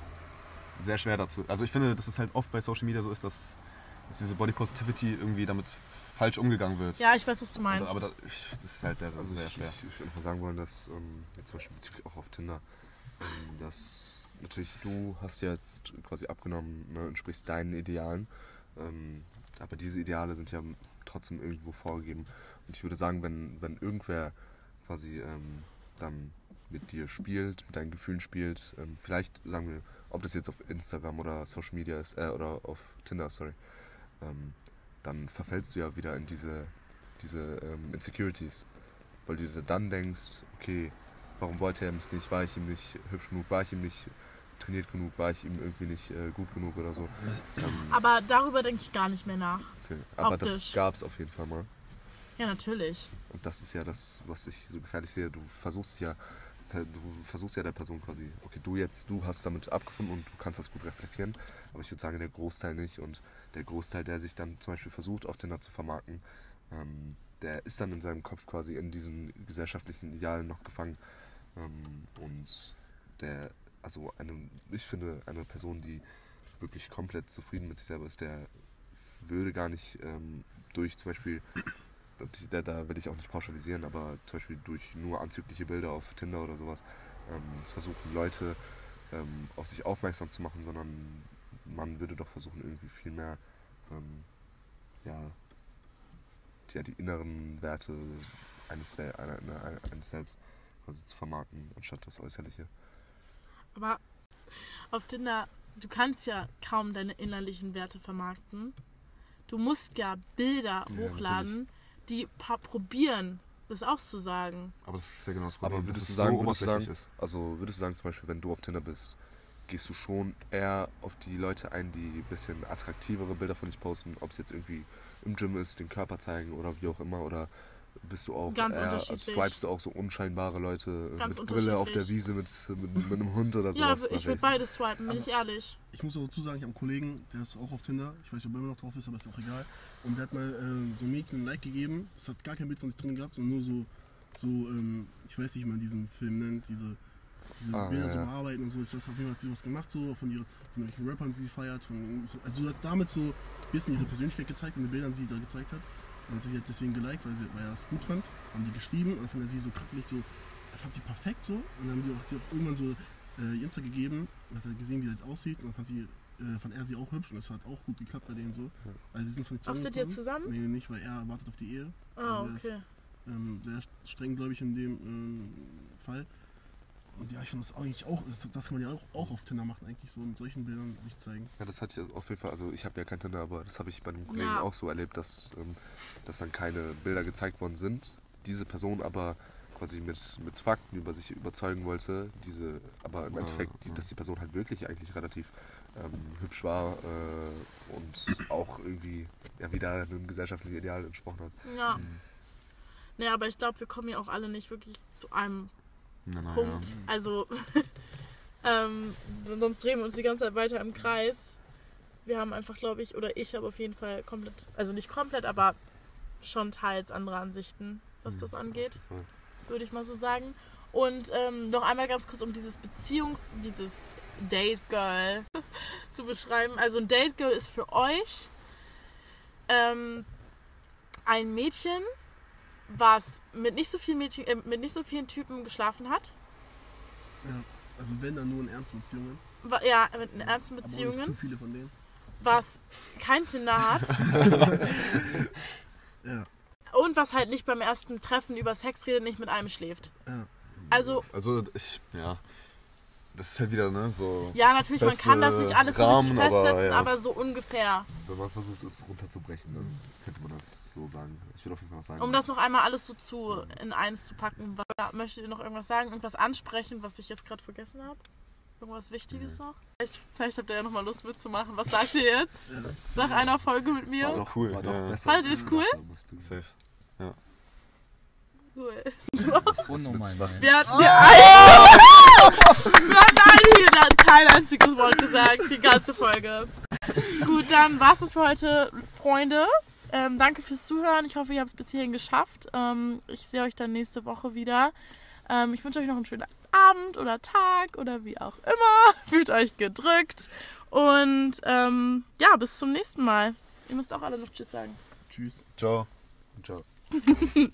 sehr schwer dazu. Also ich finde, dass es halt oft bei Social Media so ist, dass, dass diese Body Positivity irgendwie damit falsch umgegangen wird. Ja, ich weiß, was du meinst. Aber, aber das, das ist halt sehr, sehr, Also sehr ich, schwer. ich, ich würde mal sagen wollen, dass ähm, jetzt zum Beispiel bezüglich auch auf Tinder, ähm, dass natürlich du hast ja jetzt quasi abgenommen, ne, entsprichst deinen Idealen, ähm, aber diese Ideale sind ja trotzdem irgendwo vorgegeben. Und ich würde sagen, wenn, wenn irgendwer quasi ähm, dann mit dir spielt, mit deinen Gefühlen spielt, ähm, vielleicht sagen wir, ob das jetzt auf Instagram oder Social Media ist, äh, oder auf Tinder, sorry, ähm, dann verfällst du ja wieder in diese, diese ähm, Insecurities. Weil du dir dann denkst, okay, warum wollte er mich nicht, war ich ihm nicht hübsch genug, war ich ihm nicht trainiert genug, war ich ihm irgendwie nicht äh, gut genug oder so. Ähm, Aber darüber denke ich gar nicht mehr nach. okay. Aber optisch. das gab es auf jeden Fall mal. Ja, natürlich. Und das ist ja das, was ich so gefährlich sehe. Du versuchst ja, du versuchst ja der Person quasi, okay, du jetzt, du hast damit abgefunden und du kannst das gut reflektieren, aber ich würde sagen, der Großteil nicht. Und der Großteil, der sich dann zum Beispiel versucht, auf Tinder zu vermarkten, ähm, der ist dann in seinem Kopf quasi in diesen gesellschaftlichen Idealen noch gefangen. Ähm, und der, also eine, ich finde, eine Person, die wirklich komplett zufrieden mit sich selber ist, der würde gar nicht ähm, durch zum Beispiel, da, da will ich auch nicht pauschalisieren, aber zum Beispiel durch nur anzügliche Bilder auf Tinder oder sowas ähm, versuchen Leute ähm, auf sich aufmerksam zu machen, sondern man würde doch versuchen, irgendwie viel mehr ähm, ja, die, ja, die inneren Werte eines, einer, einer, eines selbst quasi zu vermarkten, anstatt das Äußerliche. Aber auf Tinder, du kannst ja kaum deine innerlichen Werte vermarkten. Du musst ja Bilder Ja, hochladen, die pa- probieren, das auszusagen. Aber das ist ja genau das Problem. Aber würdest dass du es sagen, so würdest du oberflächlich sagen, ist. also würdest du sagen zum Beispiel, wenn du auf Tinder bist, gehst du schon eher auf die Leute ein, die ein bisschen attraktivere Bilder von sich posten, ob es jetzt irgendwie im Gym ist, den Körper zeigen oder wie auch immer, oder bist du auch Ganz eher, unterschiedlich. swipest du auch so unscheinbare Leute Ganz mit Brille auf der unterschiedlich. Wiese mit, mit, mit einem Hund oder Ja, sowas? ich würde beides swipen, bin Aber- ich ehrlich. Ich muss auch dazu sagen, ich habe einen Kollegen, der ist auch auf Tinder. Ich weiß nicht, ob er immer noch drauf ist, aber ist auch egal. Und der hat mal äh, so ein Mädchen ein Like gegeben. Das hat gar kein Bild von sich drin gehabt, sondern nur so, so ähm, ich weiß nicht, wie man diesen Film nennt, diese, diese Ah, Bilder ja, so ja. bearbeiten und so. Ist das auf jeden Fall hat sie was gemacht, so von, ihrer, von welchen Rappern sie feiert. Von, so, also hat damit so ein bisschen ihre Persönlichkeit gezeigt, in den Bildern, die sie da gezeigt hat. Und hat sie halt deswegen geliked, weil, sie, weil er es gut fand. Haben die geschrieben und dann fand er sie so krackelig, so, er fand sie perfekt so. Und dann haben die auch, hat sie auch irgendwann so äh, Insta gegeben und hat er gesehen, wie das aussieht. Und dann fand, sie, äh, fand er sie auch hübsch und es hat auch gut geklappt bei denen so. Ja. Also sie sind zwar nicht Ach, sind die jetzt zusammen? Nee, nicht, weil er wartet auf die Ehe. Ah, Also er ist, okay. ähm, sehr streng, glaube ich, in dem ähm, Fall. Und ja, ich finde das eigentlich auch, das, das kann man ja auch, auch auf Tinder machen, eigentlich so mit solchen Bildern sich zeigen. Ja, das hatte ich auf jeden Fall, also ich habe ja kein Tinder, aber das habe ich bei einem Kollegen Ja. auch so erlebt, dass, ähm, dass dann keine Bilder gezeigt worden sind, diese Person aber quasi mit, mit Fakten über sich überzeugen wollte, diese, aber im Ah, Endeffekt, die, ah. dass die Person halt wirklich eigentlich relativ ähm, hübsch war äh, und auch irgendwie ja wieder einem gesellschaftlichen Ideal entsprochen hat. Ja. Nee, aber ich glaube, wir kommen ja auch alle nicht wirklich zu einem Na, na, Punkt. Ja. Also, ähm, sonst drehen wir uns die ganze Zeit weiter im Kreis. Wir haben einfach, glaube ich, oder ich habe auf jeden Fall komplett, also nicht komplett, aber schon teils andere Ansichten, was das angeht, Voll. würde ich mal so sagen. Und ähm, noch einmal ganz kurz, um dieses Beziehungs-, dieses Date Girl zu beschreiben. Also ein Date Girl ist für euch ähm, ein Mädchen, was mit nicht so vielen Mädchen, äh, mit nicht so vielen Typen geschlafen hat. Ja, also wenn dann nur in ernsten Beziehungen. Wa- Ja, mit in ernsten Aber auch nicht zu Beziehungen, viele von denen. was kein Tinder hat Ja, und was halt nicht beim ersten Treffen über Sex redet, nicht mit einem schläft. ja. Also, Also ich, ja. das ist halt wieder, ne, so... Ja, natürlich, man kann das nicht alles so Rahmen, richtig festsetzen, aber, ja. aber so ungefähr. Wenn man versucht, es runterzubrechen, dann könnte man das so sagen. Ich will auf jeden Fall was sagen. Um das noch einmal alles so zu in eins zu packen. Ja, möchtet ihr noch irgendwas sagen? Irgendwas ansprechen, was ich jetzt gerade vergessen habe? Irgendwas Wichtiges noch? Vielleicht, vielleicht habt ihr ja noch mal Lust mitzumachen. Was sagt ihr jetzt? Nach einer Folge mit mir? War doch cool, War doch ja. besser. Haltet ihr es cool? Safe. Cool. Das unnormal. was- Wir hatten ja. Wir hatten einige, der hat kein einziges Wort gesagt, die ganze Folge. Gut, dann war's das für heute, Freunde. Ähm, danke fürs Zuhören. Ich hoffe, ihr habt es bis hierhin geschafft. Ähm, ich sehe euch dann nächste Woche wieder. Ähm, ich wünsche euch noch einen schönen Abend oder Tag oder wie auch immer. Fühlt euch gedrückt. Und ähm, ja, bis zum nächsten Mal. Ihr müsst auch alle noch Tschüss sagen. Tschüss. Ciao. Ciao.